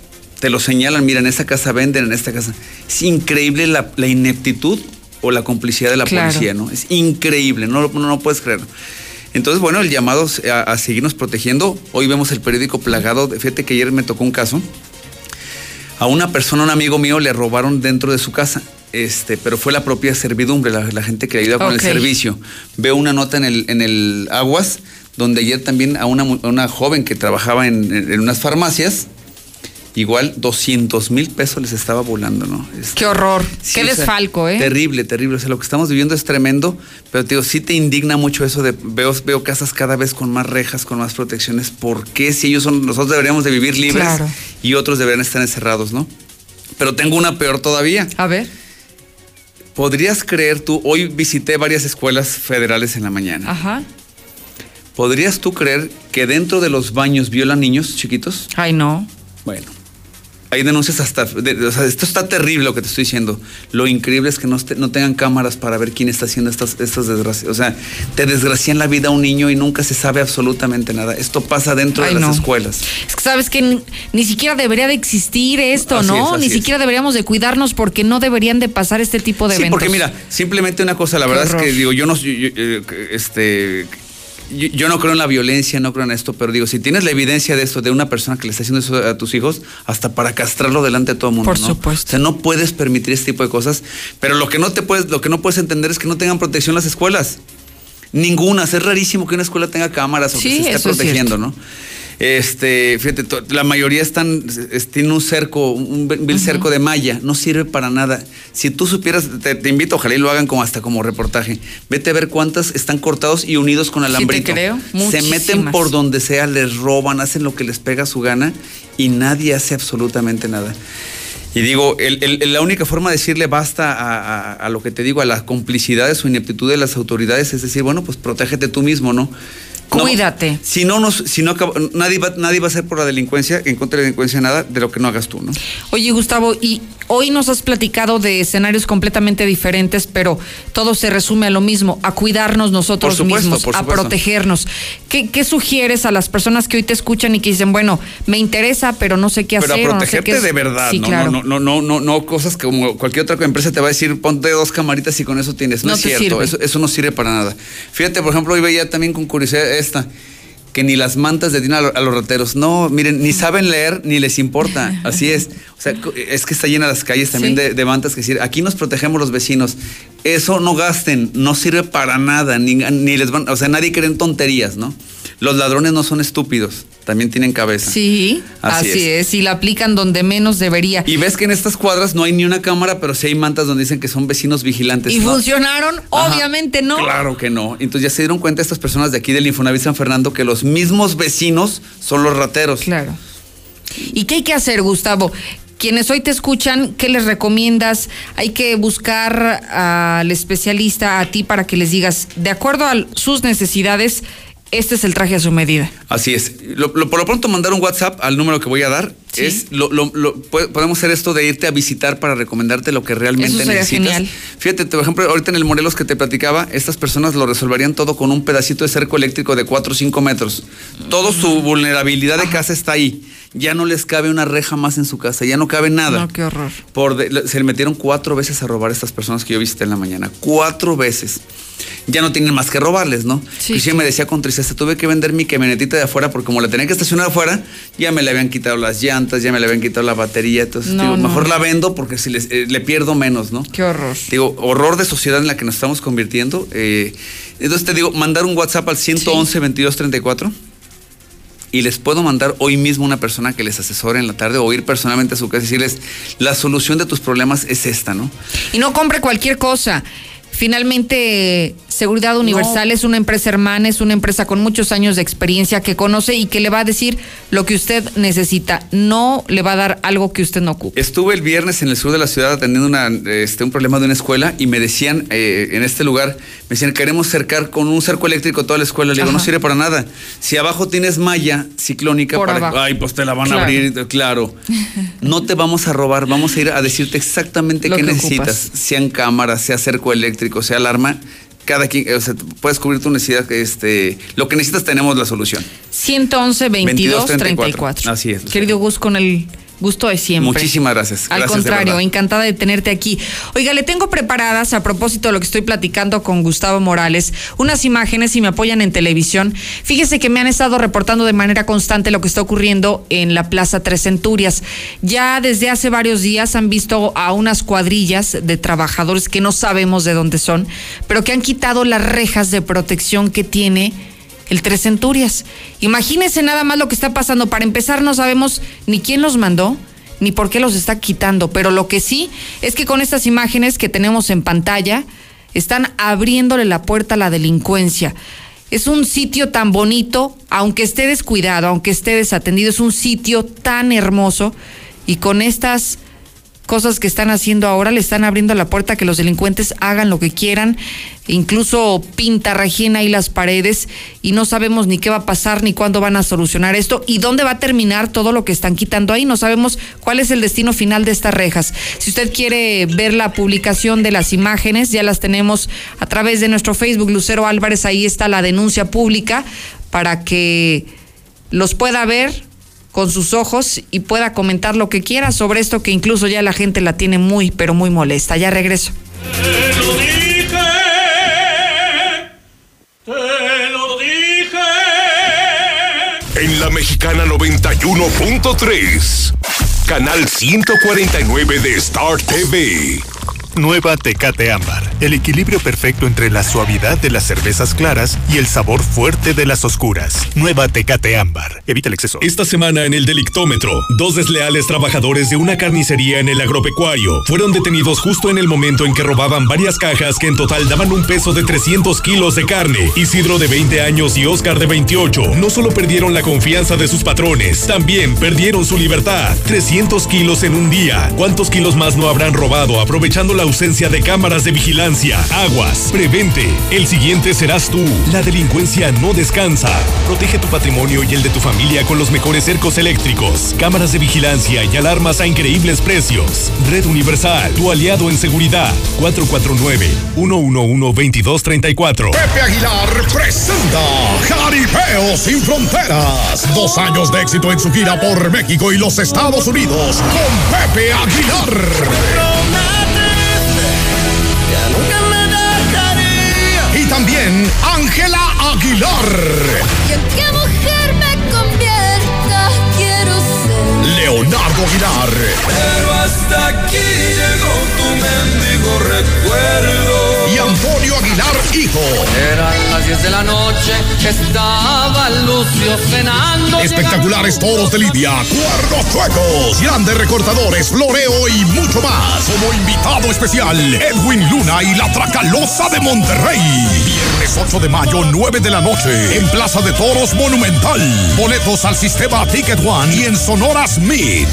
te lo señalan, mira, en esta casa venden, en esta casa. Es increíble la, la ineptitud o la complicidad de la claro. policía, ¿no? Es increíble, no, no, no puedes creerlo. Entonces, bueno, el llamado a, a seguirnos protegiendo. Hoy vemos el periódico plagado. Fíjate que ayer me tocó un caso. A una persona, un amigo mío, le robaron dentro de su casa. Este, pero fue la propia servidumbre, la, la gente que le ayuda con okay. el servicio. Veo una nota en el, en el Aguas, donde ayer también a una, a una joven que trabajaba en, en, en unas farmacias, igual doscientos mil pesos les estaba volando, ¿no? Es,
qué horror,
sí,
qué desfalco, sea,
¿eh? Terrible, terrible. O sea, lo que estamos viviendo es tremendo, pero te digo, sí te indigna mucho eso de, veo, veo casas cada vez con más rejas, con más protecciones. ¿Por qué? Si ellos son, nosotros deberíamos de vivir libres claro. y otros deberían estar encerrados, ¿no? Pero tengo una peor todavía.
A ver.
¿Podrías creer tú, hoy visité varias escuelas federales en la mañana.
Ajá.
¿Podrías tú creer que dentro de los baños violan niños chiquitos?
Ay, no.
Bueno. Hay denuncias hasta, de, o sea, esto está terrible lo que te estoy diciendo. Lo increíble es que no, este, no tengan cámaras para ver quién está haciendo estas, estas desgracias. O sea, te desgracian la vida a un niño y nunca se sabe absolutamente nada. Esto pasa dentro Ay, de las no. escuelas.
Es que sabes que ni, ni siquiera debería de existir esto, así ¿no? Es, ni es. siquiera deberíamos de cuidarnos porque no deberían de pasar este tipo de
sí,
eventos.
Sí, porque mira, simplemente una cosa, la Qué verdad horror. es que digo, yo no, yo, yo, este... Yo, yo no creo en la violencia, no creo en esto, pero digo, si tienes la evidencia de esto, de una persona que le está haciendo eso a tus hijos, hasta para castrarlo delante de todo el mundo,
Por
¿no?
supuesto.
O sea, no puedes permitir este tipo de cosas, pero lo que no te puedes, lo que no puedes entender es que no tengan protección las escuelas. Ninguna. Es rarísimo que una escuela tenga cámaras o
sí,
que se esté protegiendo, ¿no? Este, fíjate, la mayoría están, tienen un cerco, un vil uh-huh. cerco de malla, no sirve para nada. Si tú supieras, te, te invito, ojalá y lo hagan como hasta como reportaje. Vete a ver cuántas están cortados y unidos con alambrito.
Sí, te creo.
Se
Muchísimas.
meten por donde sea, les roban, hacen lo que les pega su gana y nadie hace absolutamente nada. Y digo, el, el, la única forma de decirle basta a, a, a lo que te digo, a la complicidad de su ineptitud de las autoridades, es decir, bueno, pues protégete tú mismo, ¿no?
Cuídate.
No, si no, nos, si no nadie, va, nadie va a hacer por la delincuencia, en contra de la delincuencia, nada de lo que no hagas tú, ¿no?
Oye, Gustavo, y hoy nos has platicado de escenarios completamente diferentes, pero todo se resume a lo mismo, a cuidarnos nosotros
por supuesto,
mismos,
por
a
supuesto.
protegernos. ¿Qué, ¿Qué sugieres a las personas que hoy te escuchan y que dicen, bueno, me interesa, pero no sé qué
pero
hacer?
Pero a protegerte
no sé qué
de verdad,
sí,
¿no?
Claro.
No, no, no, no, no cosas que como cualquier otra empresa te va a decir, ponte dos camaritas y con eso tienes. No, no es cierto, eso, eso no sirve para nada. Fíjate, por ejemplo, hoy veía también con curiosidad esta, que ni las mantas detienen a los rateros. No, miren, ni saben leer, ni les importa. Así es. O sea, es que está llena las calles también sí. de, de mantas que decir, aquí nos protegemos los vecinos. Eso no gasten, no sirve para nada, ni, ni les van, o sea, nadie cree en tonterías, ¿no? Los ladrones no son estúpidos, también tienen cabeza.
Sí, así, así es. es, y la aplican donde menos debería.
Y ves que en estas cuadras no hay ni una cámara, pero sí hay mantas donde dicen que son vecinos vigilantes.
¿Y
¿no?
funcionaron? Ajá. Obviamente no.
Claro que no. Entonces ya se dieron cuenta estas personas de aquí del Infonavit San Fernando que los mismos vecinos son los rateros.
Claro. ¿Y qué hay que hacer, Gustavo? Quienes hoy te escuchan, ¿qué les recomiendas? Hay que buscar al especialista, a ti, para que les digas, de acuerdo a sus necesidades, este es el traje a su medida.
Así es. Lo, lo, por lo pronto mandar un WhatsApp al número que voy a dar. Sí. Es lo, lo, lo, podemos hacer esto de irte a visitar para recomendarte lo que realmente
Eso
necesitas.
Genial.
Fíjate, por ejemplo, ahorita en el Morelos que te platicaba, estas personas lo resolverían todo con un pedacito de cerco eléctrico de cuatro o cinco metros. Toda mm. su vulnerabilidad de Ajá. casa está ahí. Ya no les cabe una reja más en su casa, ya no cabe nada.
No, qué horror.
Por de, se le metieron cuatro veces a robar a estas personas que yo visité en la mañana. Cuatro veces. Ya no tienen más que robarles, ¿no? Sí, sí. me decía con tristeza, tuve que vender mi camionetita de afuera porque como la tenía que estacionar afuera, ya me le habían quitado las llantas, ya me le habían quitado la batería. Entonces, no, digo, no. mejor la vendo porque si les, eh, le pierdo menos, ¿no?
Qué horror.
Digo, horror de sociedad en la que nos estamos convirtiendo. Eh, entonces te digo, mandar un WhatsApp al ciento once, sí. veintidós treinta y cuatro. Y les puedo mandar hoy mismo una persona que les asesore en la tarde o ir personalmente a su casa y decirles, la solución de tus problemas es esta, ¿no?
Y no compre cualquier cosa. Finalmente, Seguridad Universal no. es una empresa hermana, es una empresa con muchos años de experiencia que conoce y que le va a decir lo que usted necesita. No le va a dar algo que usted no ocupe.
Estuve el viernes en el sur de la ciudad atendiendo una, este, un problema de una escuela y me decían, eh, en este lugar, me decían, queremos cercar con un cerco eléctrico toda la escuela. Le digo, Ajá. no sirve para nada. Si abajo tienes malla ciclónica,
Por
para,
abajo.
ay, pues te la van
claro.
a abrir, claro. No te vamos a robar, vamos a ir a decirte exactamente qué necesitas. Ocupas. Sean cámaras, sea cerco eléctrico, sea alarma. Cada quien, o sea, puedes cubrir tu necesidad, este, lo que necesitas tenemos la solución.
ciento once, veintidós, treinta y cuatro.
Así es.
Querido Gus, con el Gusto de siempre.
Muchísimas gracias.
Al
gracias,
contrario, encantada de tenerte aquí. Oiga, le tengo preparadas, a propósito de lo que estoy platicando con Gustavo Morales, unas imágenes, si me apoyan en televisión. Fíjese que me han estado reportando de manera constante lo que está ocurriendo en la Plaza Tres Centurias. Ya desde hace varios días han visto a unas cuadrillas de trabajadores que no sabemos de dónde son, pero que han quitado las rejas de protección que tiene el Tres Centurias. Imagínense nada más lo que está pasando. Para empezar, no sabemos ni quién los mandó, ni por qué los está quitando, pero lo que sí es que con estas imágenes que tenemos en pantalla, están abriéndole la puerta a la delincuencia. Es un sitio tan bonito, aunque esté descuidado, aunque esté desatendido, es un sitio tan hermoso, y con estas cosas que están haciendo ahora le están abriendo la puerta a que los delincuentes hagan lo que quieran, incluso pintarrajien ahí las paredes, y no sabemos ni qué va a pasar ni cuándo van a solucionar esto y dónde va a terminar todo lo que están quitando ahí. No sabemos cuál es el destino final de estas rejas. Si usted quiere ver la publicación de las imágenes, ya las tenemos a través de nuestro Facebook, Lucero Álvarez. Ahí está la denuncia pública para que los pueda ver con sus ojos y pueda comentar lo que quiera sobre esto, que incluso ya la gente la tiene muy, pero muy molesta. Ya regreso.
Te lo dije, te lo dije.
En la Mexicana noventa y uno punto tres, canal ciento cuarenta y nueve de Star T V.
Nueva Tecate Ámbar. El equilibrio perfecto entre la suavidad de las cervezas claras y el sabor fuerte de las oscuras. Nueva Tecate Ámbar. Evita el exceso.
Esta semana en el Delictómetro, dos desleales trabajadores de una carnicería en el agropecuario fueron detenidos justo en el momento en que robaban varias cajas que en total daban un peso de trescientos kilos de carne. Isidro, de veinte años, y Oscar, de veintiocho, no solo perdieron la confianza de sus patrones, también perdieron su libertad. trescientos kilos en un día. ¿Cuántos kilos más no habrán robado aprovechando la ausencia de cámaras de vigilancia? Aguas, prevente. El siguiente serás tú. La delincuencia no descansa. Protege tu patrimonio y el de tu familia con los mejores cercos eléctricos, cámaras de vigilancia y alarmas a increíbles precios. Red Universal, tu aliado en seguridad. cuatro cuatro nueve, uno uno uno, dos dos tres cuatro.
Pepe Aguilar presenta Jaripeo sin Fronteras. Dos años de éxito en su gira por México y los Estados Unidos con Pepe Aguilar. Y también Ángela Aguilar.
¿Y en qué mujer me convierta? Quiero ser
Leonardo Aguilar.
Pero hasta aquí llegó tu mendigo recuerdo.
Y Antonio Aguilar, hijo.
Eran las diez de la noche, estaba Lucio cenando.
Espectaculares toros de lidia, cuernos chuecos, grandes recortadores, floreo y mucho más. Como invitado especial, Edwin Luna y la Tracalosa de Monterrey. Viernes ocho de mayo, nueve de la noche, en Plaza de Toros Monumental. Boletos al sistema Ticket One y en Sonora Smith.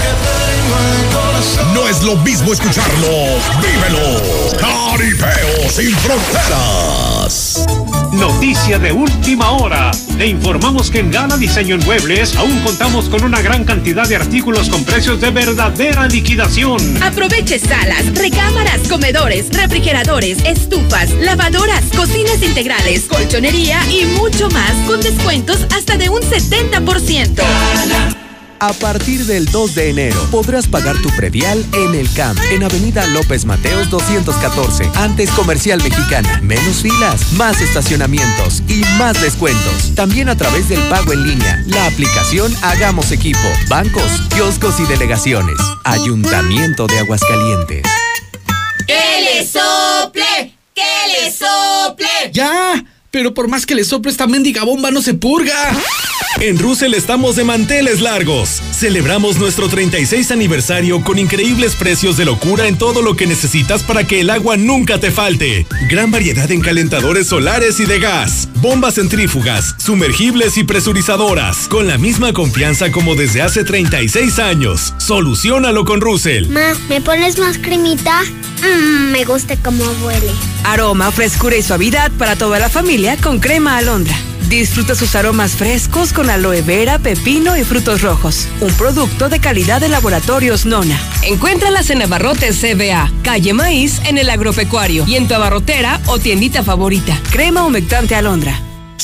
No es lo mismo escucharlo, vívelo. Jaripeo sin Fronteras.
Noticia de última hora. Le informamos que en Gala Diseño en Muebles aún contamos con una gran cantidad de artículos con precios de verdadera liquidación.
Aproveche salas, recámaras, comedores, refrigeradores, estufas, lavadoras, cocinas integrales, colchonería y mucho más con descuentos hasta de un setenta por ciento.
A partir del dos de enero podrás pagar tu predial en el C A M, en Avenida López Mateos doscientos catorce, antes Comercial Mexicana. Menos filas, más estacionamientos y más descuentos. También a través del pago en línea, la aplicación Hagamos Equipo, bancos, kioscos y delegaciones. Ayuntamiento de Aguascalientes.
¡Que le sople! ¡Que le sople!
¡Ya! Pero por más que le sople, esta mendiga bomba no se purga.
En Russell estamos de manteles largos. Celebramos nuestro treinta y seis aniversario con increíbles precios de locura en todo lo que necesitas para que el agua nunca te falte. Gran variedad en calentadores solares y de gas, bombas centrífugas, sumergibles y presurizadoras, con la misma confianza como desde hace treinta y seis años. Soluciónalo con Russell.
Ma, ¿me pones más cremita? Mmm, me gusta cómo huele.
Aroma, frescura y suavidad para toda la familia con crema alondra. Disfruta sus aromas frescos con aloe vera, pepino y frutos rojos. Un producto de calidad de Laboratorios Nona.
Encuéntralas en Abarrotes C B A, calle Maíz, en el Agropecuario y en tu abarrotera o tiendita favorita.
Crema humectante alondra.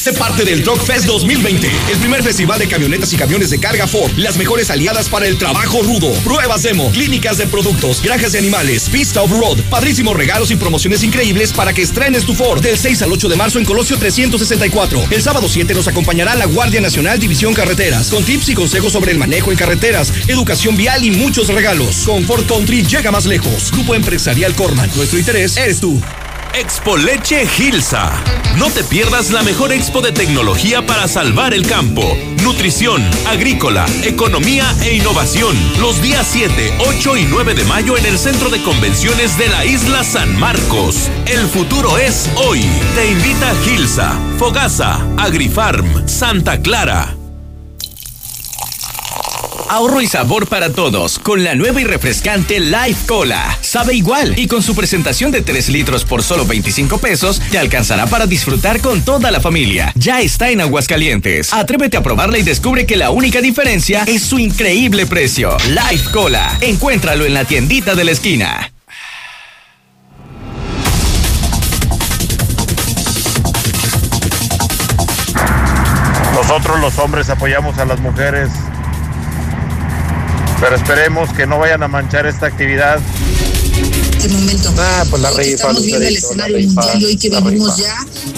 Sé parte del Truck Fest dos mil veinte, el primer festival de camionetas y camiones de carga Ford. Las mejores aliadas para el trabajo rudo. Pruebas demo, clínicas de productos, granjas de animales, pista off-road, padrísimos regalos y promociones increíbles para que estrenes tu Ford. Del seis al ocho de marzo en Colosio trescientos sesenta y cuatro. El sábado siete nos acompañará la Guardia Nacional División Carreteras, con tips y consejos sobre el manejo en carreteras, educación vial y muchos regalos. Con Ford Country llega más lejos. Grupo Empresarial Corman. Nuestro interés eres tú.
Expo Leche Gilsa. No te pierdas la mejor expo de tecnología para salvar el campo. Nutrición, agrícola, economía e innovación. Los días siete, ocho y nueve de mayo en el Centro de Convenciones de la Isla San Marcos. El futuro es hoy. Te invita Gilsa, Fogasa, Agrifarm, Santa Clara.
Ahorro y sabor para todos con la nueva y refrescante Life Cola. Sabe igual y con su presentación de tres litros por solo veinticinco pesos te alcanzará para disfrutar con toda la familia. Ya está en Aguascalientes. Atrévete a probarla y descubre que la única diferencia es su increíble precio. Life Cola. Encuéntralo en la tiendita de la esquina.
Nosotros los hombres apoyamos a las mujeres, pero esperemos que no vayan a manchar esta actividad.
¿Qué momento?
Ah, pues la
Hoy
rifa.
estamos viendo el escenario mundial y hoy que venimos ya.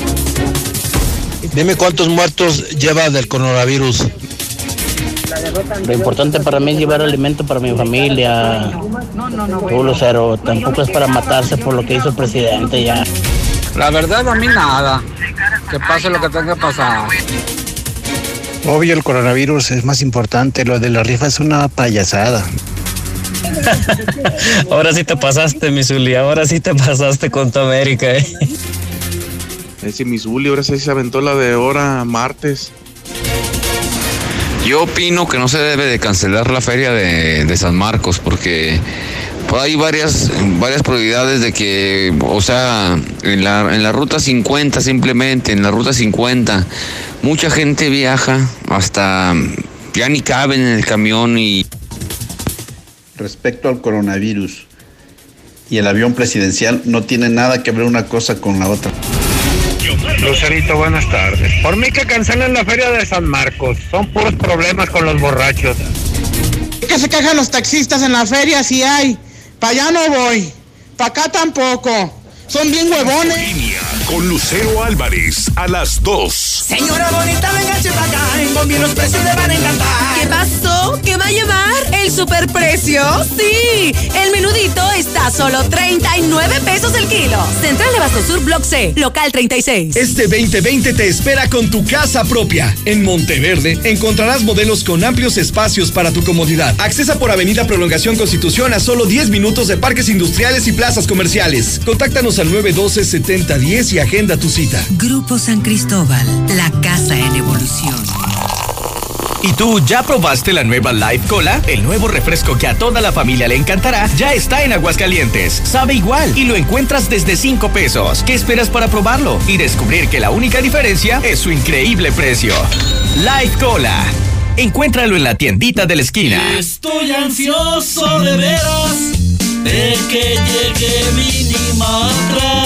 Dime cuántos muertos lleva del coronavirus.
Lo importante para mí es llevar alimento para mi familia. Tú, Lucero, tampoco es para matarse por lo que hizo el presidente ya.
La verdad, a mí nada. Que pase lo que tenga que pasar.
Obvio, el coronavirus es más importante. Lo de la rifa es una payasada.
Ahora sí te pasaste, mi Zuli. Ahora sí te pasaste con tu América, eh.
Ese mi Zuli, ahora sí se aventó la de hora martes.
Yo opino que no se debe de cancelar la feria de, de San Marcos porque pues, hay varias varias probabilidades de que, o sea, en la, en la ruta cincuenta simplemente, en la ruta cincuenta, mucha gente viaja hasta ya ni caben en el camión y...
Respecto al coronavirus y el avión presidencial, no tiene nada que ver una cosa con la otra.
Lucerito, buenas tardes. Por mí que cancelen la feria de San Marcos. Son puros problemas con los borrachos.
¿Qué se quejan los taxistas en la feria si hay? Para allá no voy. Para acá tampoco. Son bien huevones.
Con Lucero Álvarez a las dos.
Señora bonita, véngase para acá. En Combi los precios le van a encantar.
¿Qué pasó? ¿Qué va a llevar? ¿El superprecio? Sí. El menudito está a solo treinta y nueve pesos el kilo. Central de Abasto Sur, Block C, local treinta y seis.
Este veinte veinte te espera con tu casa propia. En Monteverde encontrarás modelos con amplios espacios para tu comodidad. Accesa por Avenida Prolongación Constitución a solo diez minutos de parques industriales y plazas comerciales. Contáctanos al nueve uno dos, setenta diez y agenda tu cita.
Grupo San Cristóbal, la casa en evolución.
¿Y tú ya probaste la nueva Life Cola? El nuevo refresco que a toda la familia le encantará ya está en Aguascalientes. Sabe igual y lo encuentras desde cinco pesos. ¿Qué esperas para probarlo y descubrir que la única diferencia es su increíble precio? Life Cola. Encuéntralo en la tiendita de la esquina.
Estoy ansioso de veras de que llegue Minimatra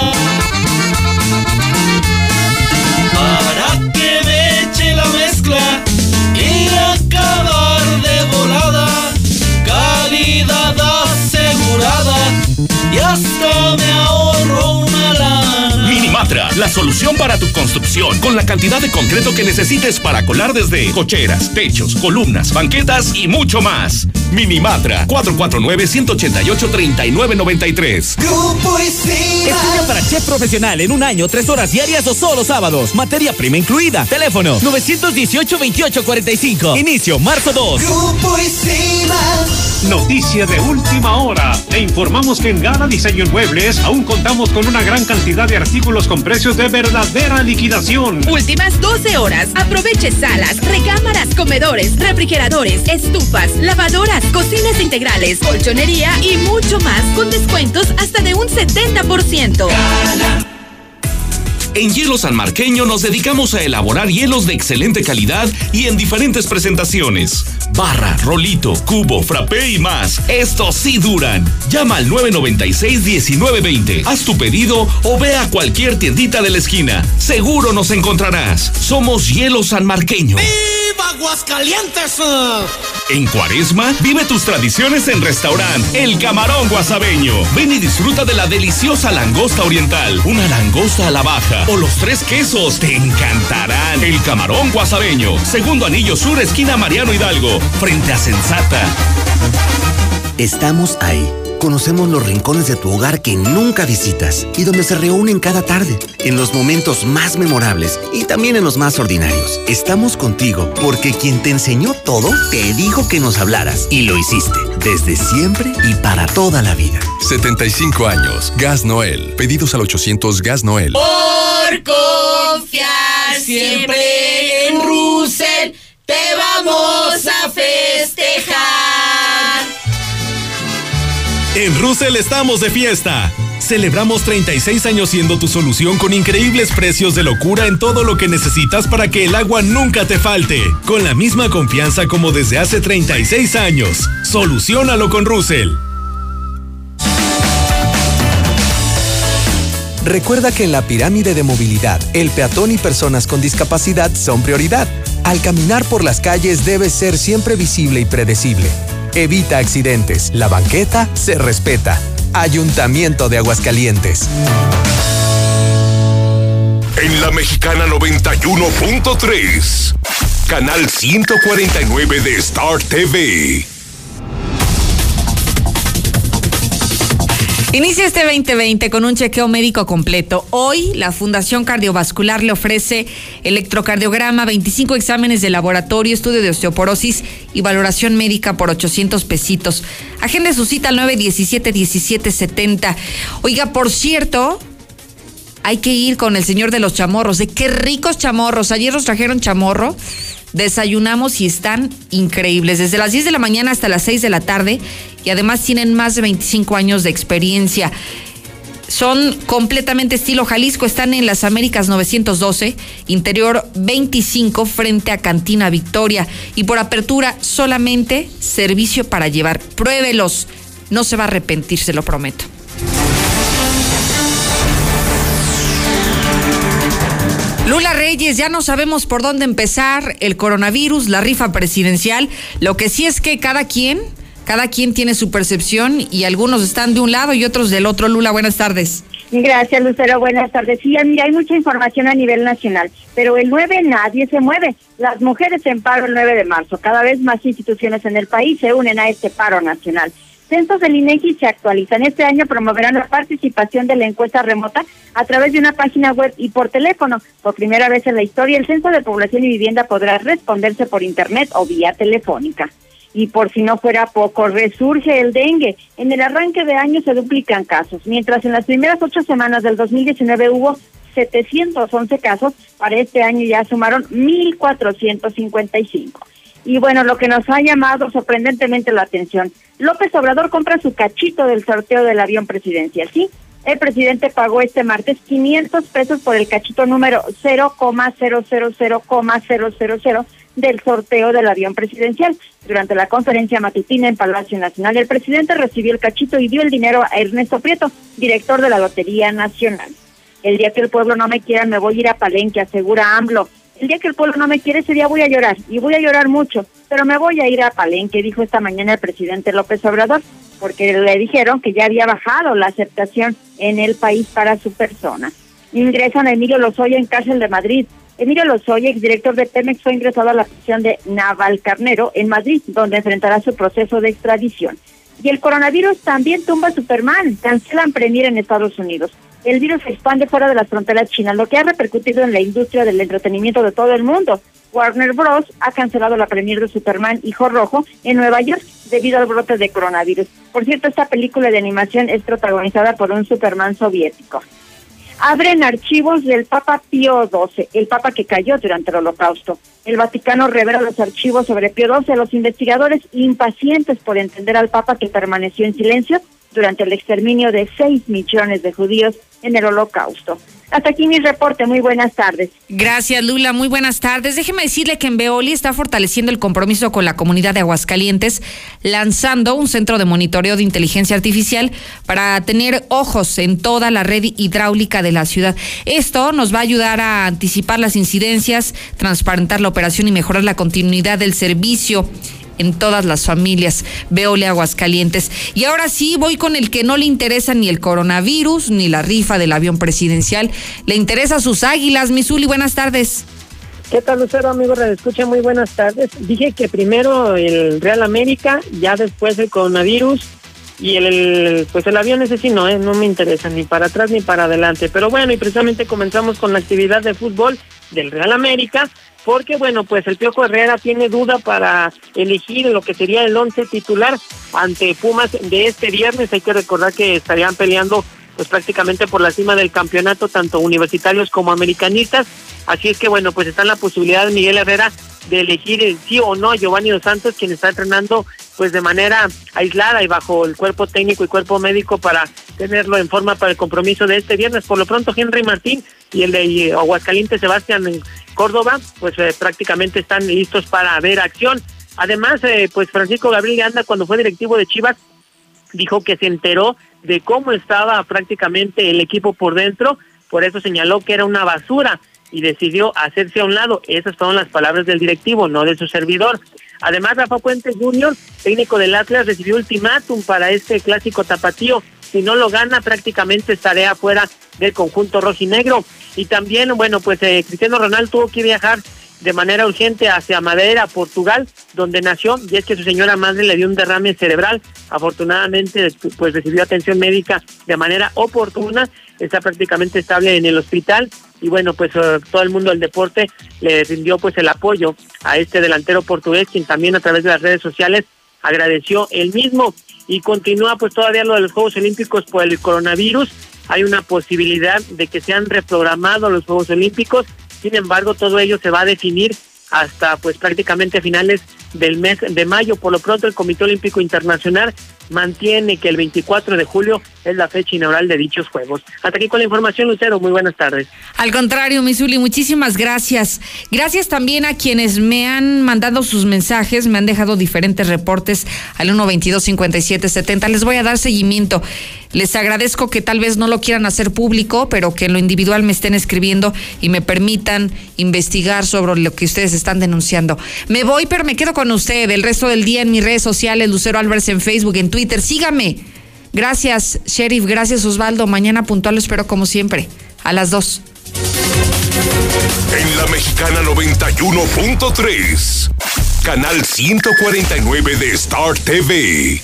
para que me eche la mezcla y acabar de volada, calidad asegurada y hasta me ahorro una lana.
Minimatra, la solución para tu construcción con la cantidad de concreto que necesites para colar desde cocheras, techos, columnas, banquetas y mucho más. Minimatra, cuatro cuatro nueve, uno ocho ocho, tres nueve nueve tres.
Grupo Isima.
Estudia para chef profesional en un año, tres horas diarias o solo sábados. Materia prima incluida. Teléfono nueve uno ocho, veintiocho cuarenta y cinco. Inicio marzo dos.
Grupo Isima.
Noticia de última hora. Te informamos que en Gala Diseño en Muebles aún contamos con una gran cantidad de artículos con precios de verdadera liquidación.
Últimas doce horas. Aproveche salas, recámaras, comedores, refrigeradores, estufas, lavadoras, cocinas integrales, colchonería y mucho más con descuentos hasta de un setenta por ciento.
En Hielo Sanmarqueño nos dedicamos a elaborar hielos de excelente calidad y en diferentes presentaciones. Barra, rolito, cubo, frappé y más. Estos sí duran. Llama al nueve nueve seis, diecinueve veinte. Haz tu pedido o ve a cualquier tiendita de la esquina. Seguro nos encontrarás. Somos Hielo Sanmarqueño.
¡Viva Aguascalientes!
En Cuaresma, vive tus tradiciones en restaurante El Camarón Guasabeño. Ven y disfruta de la deliciosa langosta oriental, una langosta a la baja o los tres quesos. Te encantarán. El Camarón Guasabeño, segundo anillo sur, esquina Mariano Hidalgo, frente a Sensata.
Estamos ahí. Conocemos los rincones de tu hogar que nunca visitas y donde se reúnen cada tarde, en los momentos más memorables y también en los más ordinarios. Estamos contigo porque quien te enseñó todo te dijo que nos hablaras y lo hiciste, desde siempre y para toda la vida.
setenta y cinco años, Gas Noel. Pedidos al ochocientos Gas Noel.
Por confiar siempre en Russell, te vamos a festejar.
En Russell estamos de fiesta. Celebramos treinta y seis años siendo tu solución con increíbles precios de locura en todo lo que necesitas para que el agua nunca te falte. Con la misma confianza como desde hace treinta y seis años. Soluciónalo con Russell.
Recuerda que en la pirámide de movilidad, el peatón y personas con discapacidad son prioridad. Al caminar por las calles debe ser siempre visible y predecible. Evita accidentes. La banqueta se respeta. Ayuntamiento de Aguascalientes.
En la Mexicana noventa y uno punto tres, canal ciento cuarenta y nueve de Star T V.
Inicia este veinte veinte con un chequeo médico completo. Hoy, la Fundación Cardiovascular le ofrece electrocardiograma, veinticinco exámenes de laboratorio, estudio de osteoporosis y valoración médica por ochocientos pesitos. Agende su cita al nueve diecisiete, diecisiete setenta. Oiga, por cierto, hay que ir con el señor de los chamorros. De qué ricos chamorros. Ayer nos trajeron chamorro. Desayunamos y están increíbles. Desde las diez de la mañana hasta las seis de la tarde. Y además tienen más de veinticinco años de experiencia. Son completamente estilo Jalisco. Están en las Américas novecientos doce, interior veinticinco, frente a Cantina Victoria. Y por apertura, solamente servicio para llevar. Pruébelos. No se va a arrepentir, se lo prometo. Lula Reyes, ya no sabemos por dónde empezar. El coronavirus, la rifa presidencial. Lo que sí es que cada quien... Cada quien tiene su percepción y algunos están de un lado y otros del otro. Lula, buenas tardes.
Gracias, Lucero. Buenas tardes. Sí, mira, hay mucha información a nivel nacional, pero el nueve nadie se mueve. Las mujeres en paro el nueve de marzo. Cada vez más instituciones en el país se unen a este paro nacional. Censos del INEGI se actualizan. Este año promoverán la participación de la encuesta remota a través de una página web y por teléfono. Por primera vez en la historia, el Censo de Población y Vivienda podrá responderse por internet o vía telefónica. Y por si no fuera poco, resurge el dengue. En el arranque de año se duplican casos. Mientras en las primeras ocho semanas del dos mil diecinueve hubo setecientos once casos, para este año ya sumaron mil cuatrocientos cincuenta y cinco. Y bueno, lo que nos ha llamado sorprendentemente la atención, López Obrador compra su cachito del sorteo del avión presidencial. Sí, el presidente pagó este martes quinientos pesos por el cachito número cero coma cero cero cero coma cero cero cero del sorteo del avión presidencial. Durante la conferencia matutina en Palacio Nacional, el presidente recibió el cachito y dio el dinero a Ernesto Prieto, director de la Lotería Nacional. El día que el pueblo no me quiera, me voy a ir a Palenque, asegura AMLO. El día que el pueblo no me quiere, ese día voy a llorar, y voy a llorar mucho, pero me voy a ir a Palenque, dijo esta mañana el presidente López Obrador, porque le dijeron que ya había bajado la aceptación en el país para su persona. Ingresan a Emilio Lozoya en cárcel de Madrid. Emilio Lozoya, exdirector de Pemex, fue ingresado a la prisión de Navalcarnero en Madrid, donde enfrentará su proceso de extradición. Y el coronavirus también tumba a Superman, cancelan premier en Estados Unidos. El virus se expande fuera de las fronteras chinas, lo que ha repercutido en la industria del entretenimiento de todo el mundo. Warner Bros. Ha cancelado la premier de Superman, Hijo Rojo, en Nueva York, debido al brote de coronavirus. Por cierto, esta película de animación es protagonizada por un Superman soviético. Abren archivos del Papa Pío doce, el Papa que cayó durante el Holocausto. El Vaticano revela los archivos sobre Pío doce. Los investigadores, impacientes por entender al Papa que permaneció en silencio durante el exterminio de seis millones de judíos en el Holocausto. Hasta aquí mi reporte, muy buenas tardes.
Gracias, Lula, muy buenas tardes. Déjeme decirle que en Veolia está fortaleciendo el compromiso con la comunidad de Aguascalientes, lanzando un centro de monitoreo de inteligencia artificial para tener ojos en toda la red hidráulica de la ciudad. Esto nos va a ayudar a anticipar las incidencias, transparentar la operación y mejorar la continuidad del servicio en todas las familias. Veolia Aguascalientes. Y ahora sí, voy con el que no le interesa ni el coronavirus, ni la rifa del avión presidencial. Le interesa sus águilas. Misuli, buenas tardes.
¿Qué tal, Lucero, amigo? Escucha, muy buenas tardes. Dije que primero el Real América, ya después el coronavirus, y el, el pues el avión ese sí no, ¿eh? No me interesa ni para atrás ni para adelante. Pero bueno, y precisamente comenzamos con la actividad de fútbol del Real América, porque bueno, pues el Piojo Herrera tiene duda para elegir lo que sería el once titular ante Pumas de este viernes. Hay que recordar que estarían peleando pues prácticamente por la cima del campeonato, tanto universitarios como americanistas. Así es que bueno, pues está en la posibilidad de Miguel Herrera de elegir el sí o no a Giovanni Dos Santos, quien está entrenando pues de manera aislada y bajo el cuerpo técnico y cuerpo médico para tenerlo en forma para el compromiso de este viernes. Por lo pronto, Henry Martín y el de Aguascalientes, Sebastián Córdoba, pues eh, prácticamente están listos para ver acción. Además, eh, pues Francisco Gabriel de Anda, cuando fue directivo de Chivas, dijo que se enteró de cómo estaba prácticamente el equipo por dentro, por eso señaló que era una basura y decidió hacerse a un lado. Esas fueron las palabras del directivo, no de su servidor. Además, Rafa Puentes junior, técnico del Atlas, recibió ultimátum para este clásico tapatío. Si no lo gana, prácticamente estaré afuera del conjunto rojinegro. Y también, bueno, pues eh, Cristiano Ronaldo tuvo que viajar de manera urgente hacia Madeira, Portugal, donde nació, y es que su señora madre le dio un derrame cerebral. Afortunadamente, pues recibió atención médica de manera oportuna, está prácticamente estable en el hospital, y bueno, pues uh, todo el mundo del deporte le rindió pues el apoyo a este delantero portugués, quien también a través de las redes sociales agradeció el mismo. Y continúa pues todavía lo de los Juegos Olímpicos por el coronavirus. Hay una posibilidad de que sean reprogramados los Juegos Olímpicos. Sin embargo, todo ello se va a definir hasta pues prácticamente finales del mes de mayo. Por lo pronto, el Comité Olímpico Internacional mantiene que el veinticuatro de julio es la fecha inaugural de dichos Juegos. Hasta aquí con la información, Lucero. Muy buenas tardes.
Al contrario, Misuli, muchísimas gracias. Gracias también a quienes me han mandado sus mensajes, me han dejado diferentes reportes al uno veintidós cincuenta y siete setenta. Les voy a dar seguimiento. Les agradezco que tal vez no lo quieran hacer público, pero que en lo individual me estén escribiendo y me permitan investigar sobre lo que ustedes están denunciando. Me voy, pero me quedo con usted el resto del día en mis redes sociales, Lucero Álvarez en Facebook, en Twitter. Sígame. Gracias, Sheriff. Gracias, Osvaldo. Mañana puntual lo espero como siempre, a las dos.
En la Mexicana noventa y uno punto tres, canal ciento cuarenta y nueve de Star T V.